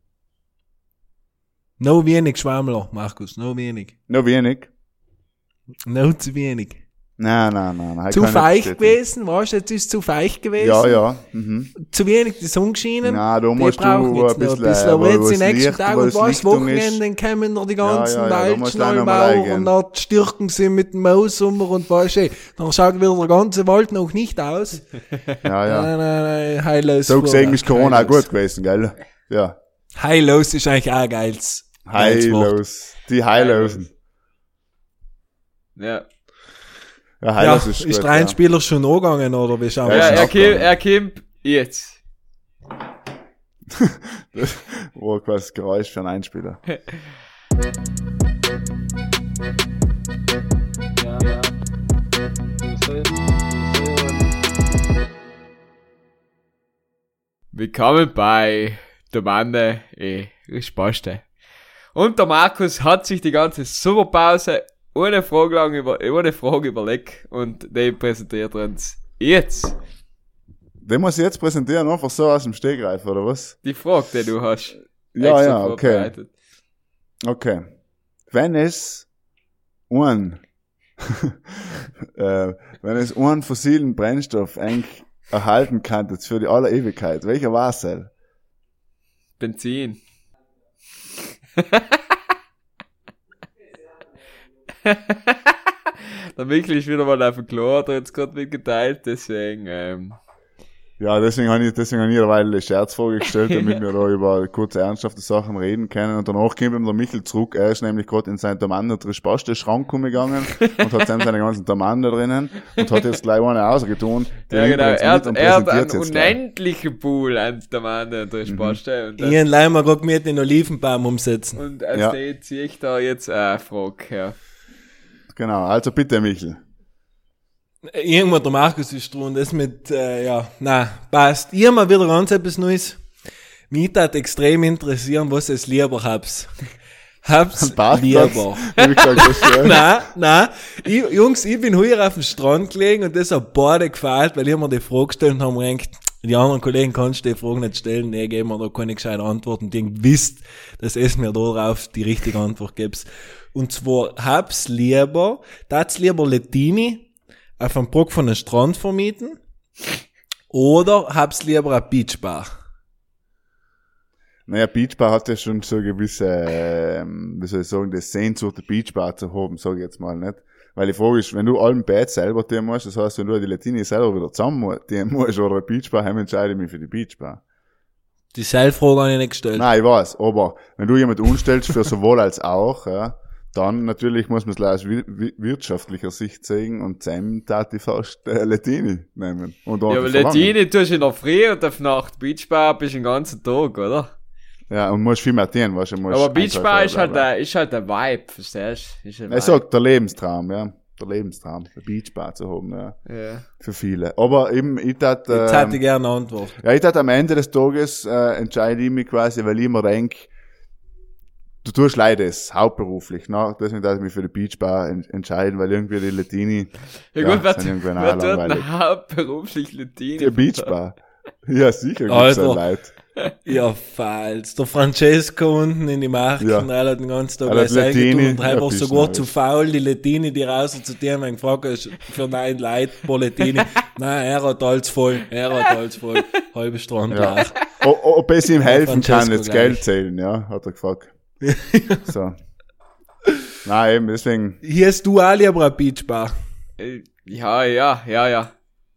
[SPEAKER 1] Noch wenig Schwammler, Markus, noch wenig.
[SPEAKER 3] Noch wenig.
[SPEAKER 1] Noch zu wenig.
[SPEAKER 3] Nein.
[SPEAKER 1] Zu
[SPEAKER 3] kann ich
[SPEAKER 1] feucht
[SPEAKER 3] nicht
[SPEAKER 1] gewesen, weißt du, jetzt ist es zu feucht gewesen.
[SPEAKER 3] Ja.
[SPEAKER 1] Zu wenig die Sonne geschienen.
[SPEAKER 3] Na, da
[SPEAKER 1] Die
[SPEAKER 3] musst du
[SPEAKER 1] brauchen jetzt noch ein bisschen. Aber jetzt die nächsten Tage und was, Wochenenden kommen noch die ganzen
[SPEAKER 3] da musst du gleich noch mal
[SPEAKER 1] Waldschneubauer
[SPEAKER 3] reingehen.
[SPEAKER 1] und da stürken sie mit dem Mausummer und weißt du, dann schaut wieder der ganze Wald noch nicht aus.
[SPEAKER 3] Ja.
[SPEAKER 1] Nein, heillos.
[SPEAKER 3] So gesehen ist Corona auch gut gewesen, gell? Ja.
[SPEAKER 1] Heillos ist eigentlich auch geiles Wort.
[SPEAKER 3] Heillos. Die Heillosen.
[SPEAKER 2] Ja.
[SPEAKER 3] Ja,
[SPEAKER 1] Ja,
[SPEAKER 3] Heillos
[SPEAKER 1] ist
[SPEAKER 3] gut,
[SPEAKER 1] der Einspieler schon angegangen, oder wie schauen wir
[SPEAKER 3] Ja,
[SPEAKER 1] das?
[SPEAKER 2] Er kommt jetzt.
[SPEAKER 3] War quasi das Geräusch für einen Einspieler.
[SPEAKER 2] Willkommen bei Domande Risposte. Und der Markus hat sich die ganze Sommerpause ohne Frage überlegt und den präsentiert er uns jetzt.
[SPEAKER 3] Den muss ich jetzt präsentieren, einfach so aus dem Stegreif, oder was?
[SPEAKER 2] Die Frage, die du hast.
[SPEAKER 3] Ja, okay.
[SPEAKER 2] vorbereitet.
[SPEAKER 3] Okay. Wenn es einen fossilen Brennstoff eigentlich erhalten könntet für die aller Ewigkeit, welcher war es denn?
[SPEAKER 2] Benzin. Der Michel ist wieder mal auf dem Klo, hat er jetzt gerade mitgeteilt, deswegen,
[SPEAKER 3] Ja, deswegen habe ich derweil eine Scherzfrage gestellt, damit wir da über kurze ernsthafte Sachen reden können. Und danach kommt ihm der Michel zurück. Er ist nämlich gerade in seinen Tomaten-Schrank gegangen und hat seine ganzen Tomaten da drinnen und hat jetzt gleich eine rausgetan.
[SPEAKER 2] ja genau, er hat einen
[SPEAKER 3] jetzt gleich.
[SPEAKER 2] unendlichen Pool an Tomaten und Resposte und
[SPEAKER 1] Ich habe leider gerade mit den Olivenbaum umsetzen.
[SPEAKER 2] und als
[SPEAKER 3] Ja.
[SPEAKER 2] die ziehe ich da jetzt eine Frage her.
[SPEAKER 3] Genau, also bitte, Michel.
[SPEAKER 1] Irgendwann der Markus ist dran, das mit, passt. Ich hab mal wieder ganz etwas Neues. Mich hat extrem interessieren, was es lieber hab's. Hab's lieber. Nein. Jungs, ich bin heuer auf dem Strand gelegen und das hat beide gefällt, weil ich mir die Frage gestellt und haben gedacht, die anderen Kollegen kannst du die Frage nicht stellen, nee, geben wir da keine gescheite Antwort und die wisst, dass es mir darauf die richtige Antwort gibt. Und zwar, hab's lieber Lettini auf einem Brock von einem Strand vermieten oder hab's lieber eine Beachbar?
[SPEAKER 3] Naja, Beachbar hat ja schon so gewisse, wie soll ich sagen, die Sehnsucht, die Beachbar zu haben, sage ich jetzt mal nicht. Weil die Frage ist, wenn du allen Bett selber tun musst, das heißt, wenn du die Lettini selber wieder zusammen tun musst oder eine Beachbar, dann entscheide ich mich für die Beachbar.
[SPEAKER 1] Die Seilfrage habe ich nicht gestellt.
[SPEAKER 3] Nein, ich weiß, aber wenn du jemand umstellst für sowohl als auch, ja, dann natürlich muss man es aus wirtschaftlicher Sicht sehen und zusammen tat ich fast Lettini nehmen. Und
[SPEAKER 2] ja, aber Lettini tust du in der Früh und auf Nacht, Beachbar bist du den ganzen Tag, oder?
[SPEAKER 3] Ja, und musst viel mehr tun, weißt du.
[SPEAKER 2] Aber Beachbar ist halt der Vibe, verstehst du?
[SPEAKER 3] Ich sag, der Lebenstraum, ja. Der Lebenstraum, eine Beachbar zu haben, ja. Für viele. Aber eben, ich tat,
[SPEAKER 1] jetzt hätte ich gerne eine Antwort.
[SPEAKER 3] Ja, ich tat am Ende des Tages, entscheide ich mich quasi, weil ich immer denke, du tust leider es, hauptberuflich, ne? Deswegen darf ich mich für die Beachbar entscheiden, weil irgendwie die Lettini,
[SPEAKER 2] ja gut, wer tut hauptberuflich Lettini?
[SPEAKER 3] Die Beachbar. Ja, sicher, gibt's ja Leute.
[SPEAKER 1] Ja, falls. Der Francesco unten in die Marken, alle den ganzen Tag was eingetun und einfach sogar zu faul, die Lettini, die raus zu dir, wenn gefragt ist, für 9 Leute pro Lettini. Nein, er hat alles voll. Halbe Strand leer.
[SPEAKER 3] Ob es ihm helfen kann, jetzt Geld zählen, ja, hat er gefragt. So. Nein, eben, deswegen.
[SPEAKER 1] Hier hast du auch lieber eine Beachbar.
[SPEAKER 2] Ja.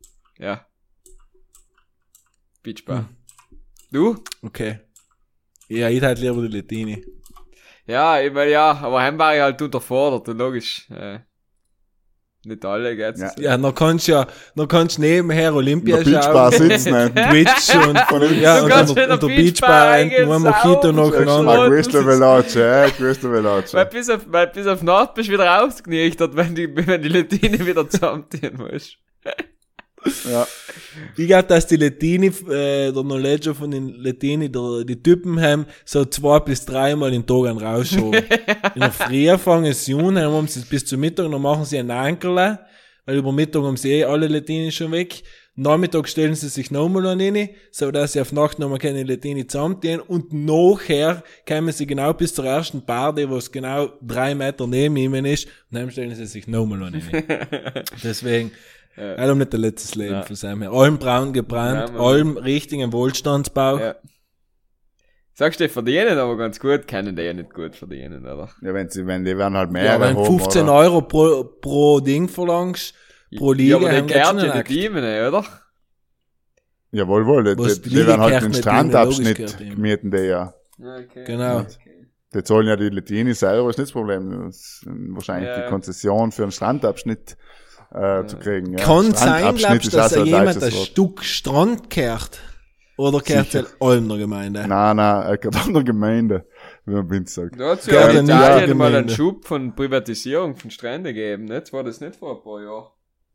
[SPEAKER 2] Beachbar. Du?
[SPEAKER 1] Okay. Ja, ich hätte lieber die Lettini.
[SPEAKER 2] Ja, ich meine, aber heim war ich halt unterfordert, logisch. Nicht alle geht's.
[SPEAKER 1] Ja, dann kannst du nebenher Olympia schauen.
[SPEAKER 3] Beachbar sitzen,
[SPEAKER 1] Twitch und der Beachbar nur ein Mojito nacheinander.
[SPEAKER 3] Questo veloce.
[SPEAKER 2] Weil bis auf Nacht bist du wieder rausgenüchtert, wenn die Lettini wieder zusammenziehen musst.
[SPEAKER 3] Ja.
[SPEAKER 1] Ich glaube, dass die Lettini, der Knowledge von den Lettini, die Typen haben so 2 bis 3 Mal den Tag rausschauen. In der Früh fangen sie an, dann haben sie bis zum Mittag, dann machen sie einen Ankerle, weil über Mittag haben sie alle Lettini schon weg. Nachmittag stellen sie sich nochmal an rein, so dass sie auf Nacht nochmal keine Lettini zusammenziehen und nachher kommen sie genau bis zur ersten Party, wo es genau 3 Meter neben ihnen ist, und dann stellen sie sich nochmal an rein. Deswegen, allem nicht der letztes Leben von seinem her. Allem braun gebrannt, allem richtigen Wohlstandsbau. Ja.
[SPEAKER 2] Sagst du, die verdienen aber ganz gut, können die ja nicht gut verdienen, oder?
[SPEAKER 3] Ja, wenn die werden halt mehr.
[SPEAKER 1] Ja, wenn 15 Euro pro Ding verlangst, pro Liga,
[SPEAKER 2] ja, aber die Kärtchen nicht Teamen, oder?
[SPEAKER 3] Jawohl, die werden halt den Strandabschnitt gemieten, die ja.
[SPEAKER 2] Okay.
[SPEAKER 1] Genau.
[SPEAKER 3] Die zahlen ja die Lettini selber, ist nicht das Problem. Das ist wahrscheinlich die Konzession für einen Strandabschnitt zu kriegen. Ja.
[SPEAKER 1] Kann sein, glaubst du, dass jemand ein Stück Strand kehrt? Oder kehrt es allem der Gemeinde?
[SPEAKER 3] Nein, er gehört an der Gemeinde, wie man Binz sagt.
[SPEAKER 2] Da hat es ja in Italien mal einen Schub von Privatisierung von Stränden gegeben, nicht? War das nicht vor ein paar Jahren?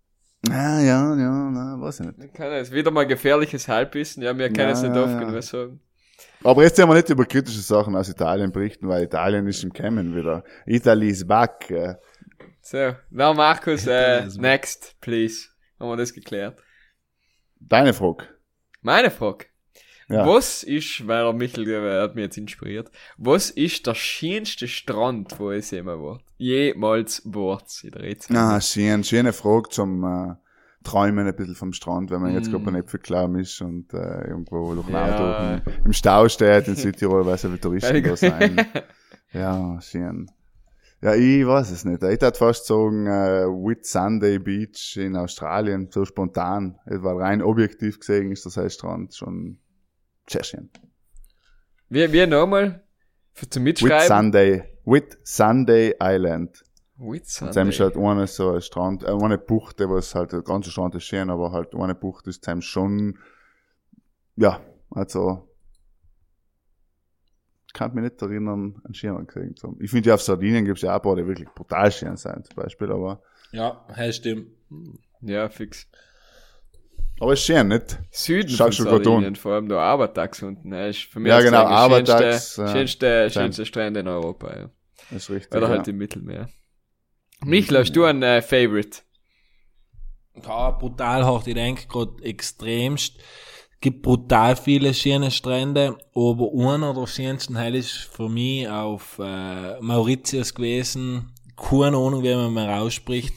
[SPEAKER 3] Ja, weiß ich nicht.
[SPEAKER 2] Ich kann jetzt wieder mal gefährliches Halbwissen, wir können es nicht oft genug sagen.
[SPEAKER 3] Aber jetzt haben wir nicht über kritische Sachen aus Italien berichten, weil Italien ist im Kämmen wieder. Italy is back.
[SPEAKER 2] So, now Markus, next, please. Haben wir das geklärt?
[SPEAKER 3] Deine Frage.
[SPEAKER 2] Meine Frage.
[SPEAKER 3] Ja.
[SPEAKER 2] Was ist, weil der Michel hat mich jetzt inspiriert, was ist der schönste Strand, wo es jemals war in der Rätsel?
[SPEAKER 3] Schöne Frage zum Träumen ein bisschen vom Strand, wenn man jetzt gerade bei Äpfelklamm ist und irgendwo durch ein Auto im Stau steht in Südtirol, weil so viele Touristen da sein. Ja, schön. Ja, ich weiß es nicht. Ich würde fast sagen, Whitsunday Beach in Australien, so spontan. Weil rein objektiv gesehen ist der Strand schon sehr schön.
[SPEAKER 2] Wie nochmal? Zum Mitschreiben?
[SPEAKER 3] Whitsunday Island.
[SPEAKER 2] Whitsunday.
[SPEAKER 3] Und ist halt eine so ein Strand, eine Bucht, der was halt, der ganze Strand ist schön, aber halt eine Bucht ist schon, ja, also, kann mich nicht erinnern, einen schönen gesehen zu haben. Ich finde, auf Sardinien gibt's ja auch ein paar, die wirklich brutal schön sind, zum Beispiel, aber.
[SPEAKER 1] Ja, stimmt.
[SPEAKER 2] Ja, fix.
[SPEAKER 3] Aber ist schön, nicht?
[SPEAKER 2] Süden
[SPEAKER 3] Schau
[SPEAKER 2] von
[SPEAKER 3] schon
[SPEAKER 2] Sardinien, vor allem der Abertax unten, ist für mich
[SPEAKER 3] ja, genau, Abertax.
[SPEAKER 2] Schönste Strände in Europa, ja.
[SPEAKER 3] Das ist richtig.
[SPEAKER 2] Oder halt im Mittelmeer. Michel, hast du ein Favorite?
[SPEAKER 1] Ja, brutal hart. Ich denke gerade extremst. Gibt brutal viele schöne Strände, aber einer der schönsten Heil ist für mich auf Mauritius gewesen. Keine Ahnung, wie man mal ausspricht.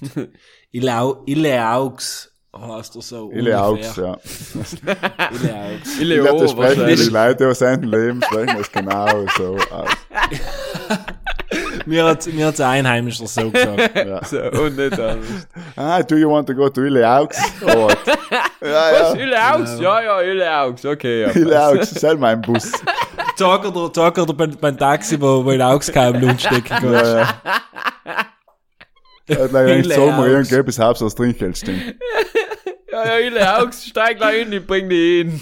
[SPEAKER 1] Ileaux heißt das so.
[SPEAKER 3] Ileaux, ja.
[SPEAKER 1] Ileaux.
[SPEAKER 2] Ileo,
[SPEAKER 3] das sprechen die Leute, die aus seinem Leben sprechen das genau so aus.
[SPEAKER 1] Mir hat's ein Einheimischer so gesagt.
[SPEAKER 3] Ja.
[SPEAKER 2] So, und nicht anders.
[SPEAKER 3] Do you want to go to Ileaux? Oh,
[SPEAKER 2] Was, Ileaux? Ja, Ileaux, okay, ja.
[SPEAKER 3] Ileaux, sell mein Bus.
[SPEAKER 1] Sag er beim Taxi, wo Ileaux kein Blut stecken kannst.
[SPEAKER 3] Ja. Eigentlich Sommer irgendwie bis halb so das Trinkgeld stimmt.
[SPEAKER 2] Ja, Ileaux, steig gleich hin, ich bring die hin.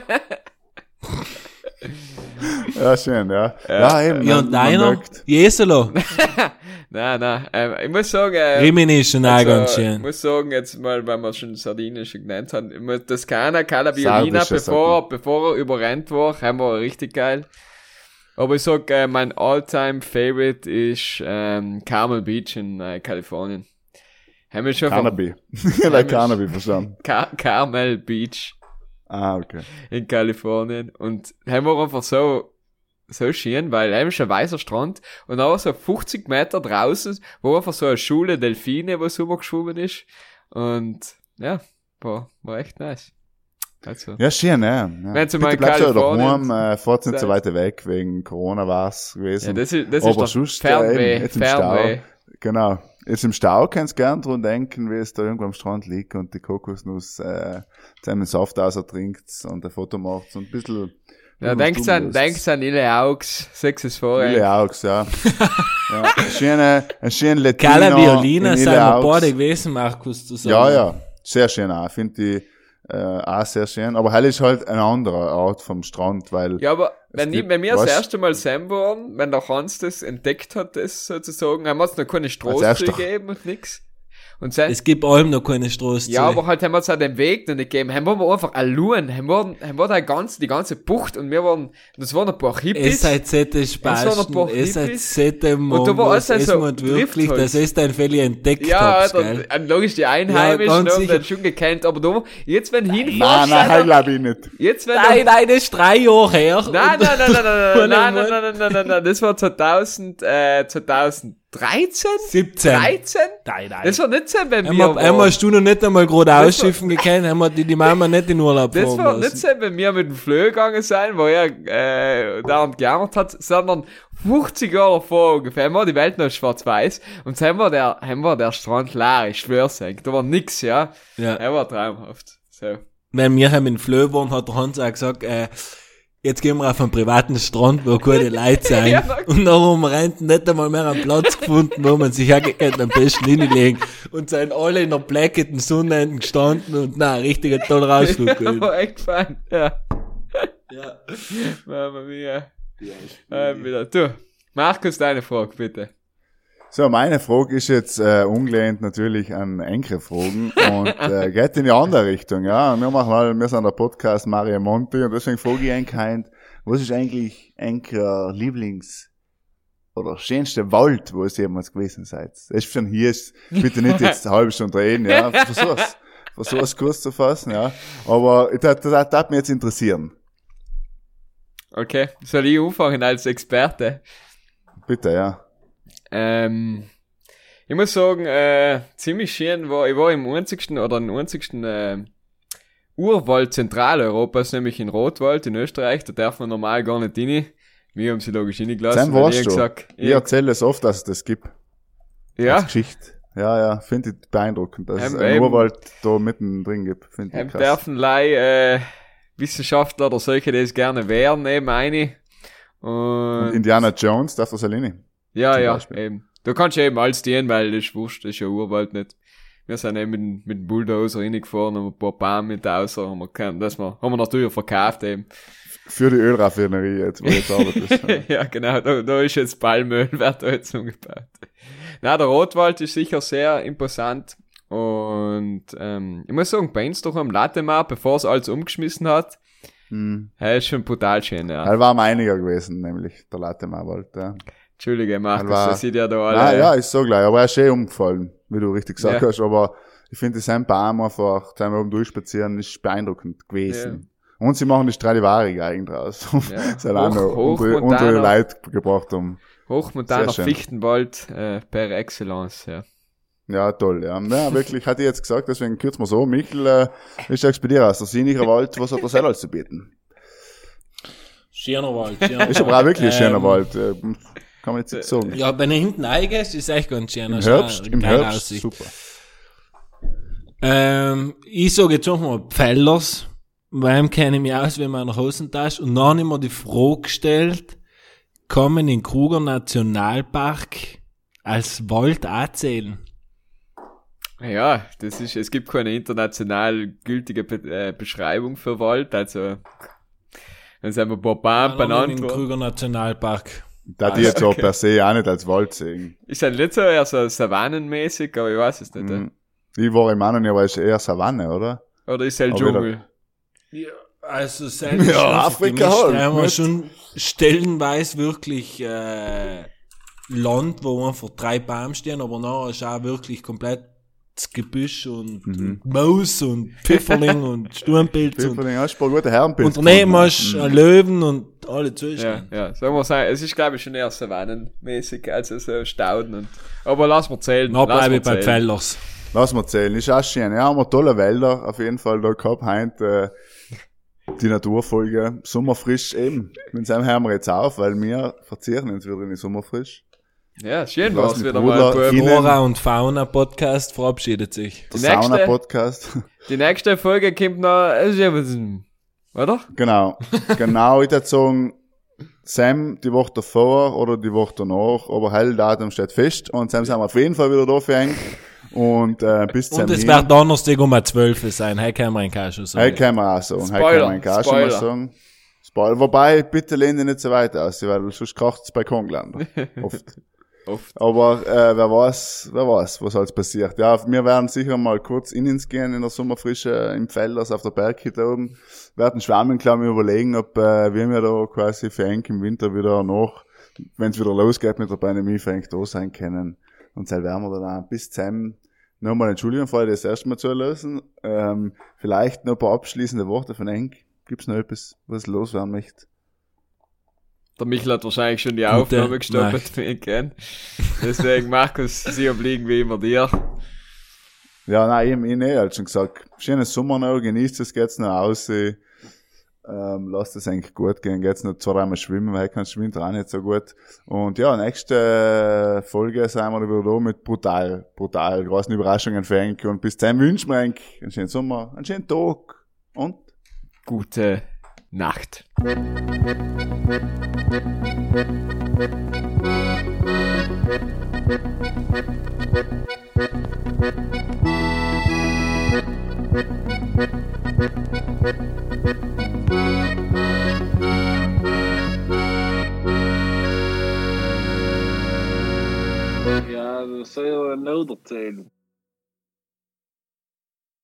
[SPEAKER 3] Ja, schön, ja. Ja, eben.
[SPEAKER 1] Ja, und deiner? Jeselo.
[SPEAKER 2] Nein, ich muss sagen,
[SPEAKER 1] Rimini ist schon auch ganz
[SPEAKER 2] ich
[SPEAKER 1] schön.
[SPEAKER 2] muss sagen, jetzt mal, weil wir schon Sardinisch genannt haben, das Cala Violina, bevor er überrennt war, haben wir richtig geil. Aber ich sag, mein All-Time Favorite ist Carmel Beach in Kalifornien. Haben wir schon
[SPEAKER 3] Cannabis. Bei Cannabis verstanden.
[SPEAKER 2] Carmel Beach.
[SPEAKER 3] Ah, okay.
[SPEAKER 2] In Kalifornien. Und haben wir einfach so schön, weil haben schon ein weißer Strand und auch so 50 Meter draußen, wo einfach so eine Schule Delfine, wo so geschwommen ist. Und ja, war echt nice. Also.
[SPEAKER 3] Ja, schön, ja.
[SPEAKER 2] Wenn du mal in
[SPEAKER 3] Kalifornien daheim, fahrt nicht so weit weg, wegen Corona war's gewesen.
[SPEAKER 2] Ja, das ist
[SPEAKER 3] aber
[SPEAKER 2] doch
[SPEAKER 3] sonst,
[SPEAKER 2] Fernweh.
[SPEAKER 3] jetzt im Stau. Genau. Jetzt im Stau kannst du gern dran denken, wie es da irgendwo am Strand liegt und die Kokosnuss zusammen Saft ausertrinkt und ein Foto macht und ein bisschen.
[SPEAKER 2] Ja, denkst an Ileaux, sechs vorher.
[SPEAKER 3] Ileaux, ja. Ja, ein schöner Latino.
[SPEAKER 1] Cala Violina sind wir beide gewesen, Markus, zusammen.
[SPEAKER 3] Ja, sehr schön auch. Finde ich auch sehr schön. Aber halt ist halt eine andere Art vom Strand, weil.
[SPEAKER 2] Ja, aber wenn wir das erste Mal Sam waren, wenn der Hans das entdeckt hat, das sozusagen, haben wir es noch keine Straße gegeben und nix. Und
[SPEAKER 1] es gibt allem noch keine Straße.
[SPEAKER 2] Ja, aber halt haben wir uns auch den Weg noch nicht gegeben. Haben wir einfach allein, haben wir die ganze Bucht und das waren ein paar Hippies.
[SPEAKER 1] SIZ Spasten, SIZ Mongos,
[SPEAKER 2] und da war alles so
[SPEAKER 1] wirklich, das ist ein Feli entdeckt.
[SPEAKER 2] Ja, dann logisch die Einheimischen haben den schon gekannt, aber da, jetzt wenn hinfährst.
[SPEAKER 3] Nein, glaube ich nicht.
[SPEAKER 1] Jetzt wenn nein, das ist 3 Jahre her.
[SPEAKER 2] Nein, das war 2013?
[SPEAKER 1] 17?
[SPEAKER 2] 13?
[SPEAKER 1] Nein.
[SPEAKER 2] Das war nicht so, wenn
[SPEAKER 1] wir einmal hast du noch nicht einmal gerade ausschiffen gekannt, haben wir die Mama nicht in Urlaub
[SPEAKER 2] fahren. Das war nicht so, wenn wir mit dem Flöhe gegangen sind, wo er dauernd gejammert hat, sondern 50 Jahre vor ungefähr, haben wir die Welt noch schwarz-weiß und haben wir der Strand leer, ich schwör's euch, da war nix, ja. Er war traumhaft. So.
[SPEAKER 1] Wenn wir mit dem Flöhe waren, hat der Hans auch gesagt, jetzt gehen wir auf einen privaten Strand, wo gute Leute sind. Ja, und dann haben wir nicht einmal mehr einen Platz gefunden, wo man sich auch am besten hinlegen. Und sind alle in der bläcketen Sonne gestanden und richtig ein toller Ausflug.
[SPEAKER 2] Ja, war echt fein, ja. Mama mia. Wieder. Du, Markus, deine Frage, bitte.
[SPEAKER 3] So, meine Frage ist jetzt ungelehnt natürlich an Enke Fragen und geht in die andere Richtung, ja. Wir sind der Podcast Mario Monti und deswegen frage ich Enke, was ist eigentlich Enker Lieblings- oder schönste Wald, wo es jemals gewesen seid? Das ist schon hier, bitte nicht jetzt eine halbe Stunde reden, ja. Versuch's kurz zu fassen, ja. Aber das hat mich jetzt interessieren.
[SPEAKER 2] Okay, soll ich anfangen als Experte?
[SPEAKER 3] Bitte, ja.
[SPEAKER 2] Ich muss sagen, ziemlich schön ich war im einzigsten Urwald Zentraleuropas, nämlich in Rotwald in Österreich, da darf man normal gar nicht rein. Wir haben sie logisch reingelassen.
[SPEAKER 3] Ich erzähle es oft, dass es das gibt.
[SPEAKER 2] Ja.
[SPEAKER 3] Als Geschichte. Ja, finde ich beeindruckend, dass es einen Urwald da mittendrin gibt, finde ich krass.
[SPEAKER 2] Dürfen Wissenschaftler oder solche, die es gerne wären, eben eine. Und
[SPEAKER 3] Indiana Jones darf das alleine.
[SPEAKER 2] Ja, eben. Du kannst ja eben alles dienen, weil das ist wurscht, das ist ja Urwald nicht. wir sind eben mit dem Bulldozer reingefahren, haben ein paar Bäume mit außer, haben wir natürlich verkauft eben.
[SPEAKER 3] Für die Ölraffinerie jetzt, wo jetzt arbeitest.
[SPEAKER 2] Ja, genau, da ist jetzt Palmöl, wird da jetzt umgebaut. Na, der Rotwald ist sicher sehr imposant und ich muss sagen, bei uns doch am Latemar, bevor es alles umgeschmissen hat, er ist schon brutal schön, ja.
[SPEAKER 3] Er war einiger gewesen, nämlich der Latemarwald, ja.
[SPEAKER 2] Entschuldige, Markus, das sieht ja da alle.
[SPEAKER 3] Nein, ja, ist so gleich, aber er ist umgefallen, wie du richtig gesagt hast, aber ich finde, sein Baum einfach, da oben durchspazieren, ist beeindruckend gewesen. Ja. Und sie machen die Stradivari-Geigen draus. Ja. Sie haben auch noch unsere Leute gebracht,
[SPEAKER 2] Hochmontaner Fichtenwald, per excellence, ja.
[SPEAKER 3] Ja, toll, ja. Ja, wirklich, hatte ich jetzt gesagt, deswegen kürzen wir so. Michel, ist der Expedierer aus der Sienicher Wald, was hat er selber zu bieten?
[SPEAKER 1] Schöner Wald.
[SPEAKER 3] Ist aber auch wirklich ein schöner Wald. Kann man jetzt nicht sagen.
[SPEAKER 1] Ja, wenn er hinten eingehst, ist echt ganz schön.
[SPEAKER 3] Im Herbst, super.
[SPEAKER 1] Ich sage jetzt auch mal Pfällers, weil kenne ich mich aus wie meine Hosentasche und dann habe ich mir die Frage gestellt, kann man den Kruger Nationalpark als Wald anzählen?
[SPEAKER 2] Ja, es gibt keine international gültige Beschreibung für Wald, also, dann sind wir ein paar Bäume benannt
[SPEAKER 1] worden. Kruger Nationalpark.
[SPEAKER 3] Da die jetzt auch per se auch nicht als Wald sehen.
[SPEAKER 2] Ist halt nicht so eher so savannenmäßig, aber ich weiß es nicht.
[SPEAKER 3] Ich war im anderen Jahr, aber ist eher Savanne, oder?
[SPEAKER 2] Oder ist halt Dschungel?
[SPEAKER 1] Ja, also selbst
[SPEAKER 3] Afrika halt.
[SPEAKER 1] Da haben wir schon stellenweise wirklich Land, wo einfach 3 Bäume stehen, aber nachher ist auch wirklich komplett das Gebüsch und Maus und Pfifferling und Sturmpilz.
[SPEAKER 3] Pfifferling, hast du ein paar gute Herrenpilz.
[SPEAKER 1] Und daneben hast du Löwen und alle Zustände.
[SPEAKER 2] Ja, sagen wir sagen, es ist glaube ich schon eher savannenmäßig, also so Stauden aber lass mal zählen.
[SPEAKER 1] Na, bleibe ich bei Pfällers.
[SPEAKER 3] Lass mal zählen, ist auch schön. Ja, haben wir tolle Wälder auf jeden Fall da gehabt, heute die Naturfolge, sommerfrisch eben. Mit dem hören wir jetzt auf, weil wir verzieren uns wieder in die Sommerfrisch.
[SPEAKER 2] Ja, schön war's wieder mal.
[SPEAKER 1] Flora und Fauna Podcast verabschiedet sich.
[SPEAKER 3] Der Sauna Podcast.
[SPEAKER 2] Die nächste Folge kommt noch, oder?
[SPEAKER 3] Genau, ich würde sagen, Sam die Woche davor oder die Woche danach, aber Datum steht fest und Sam sind wir auf jeden Fall wieder da für ihn. Und bis zum
[SPEAKER 1] Und es wird Donnerstag um 12 sein. Hey, kann man schon sagen.
[SPEAKER 3] Hey, kann man auch sagen. Spoiler. Wobei, bitte lehnt ihr nicht so weit aus, weil sonst kracht es bei Kongländer. Oft. Aber wer weiß, was alles passiert. Ja, wir werden sicher mal kurz in uns gehen in der Sommerfrische im Felders auf der Berghütte oben. Werden schwammen, glaube ich, überlegen, ob wir mir da quasi für eng im Winter wieder noch, wenn es wieder losgeht mit der Pandemie, für eng da sein können. Und dann werden wir dann auch bis zum nochmal Entschuldigung, falls ich das erste Mal zuhören. Vielleicht noch ein paar abschließende Worte von Eng. Gibt's noch etwas, was loswerden möchte?
[SPEAKER 2] Der Michel hat wahrscheinlich schon die Aufnahme gestoppt, deswegen Markus, sie obliegen wie immer dir.
[SPEAKER 3] Ja, nein, ich halt schon gesagt, schönes Sommer noch, genießt es, geht's noch aus, lasst es eigentlich gut gehen, geht's noch 2 einmal schwimmen, weil kannst du Winter auch nicht so gut. Und ja, nächste Folge sind wir wieder da mit brutal großen Überraschungen für Enk. Und bis dahin wünschen wir Enk einen schönen Sommer, einen schönen Tag und
[SPEAKER 2] gute Nacht.
[SPEAKER 1] Ja, dat zou je wel nodig zijn.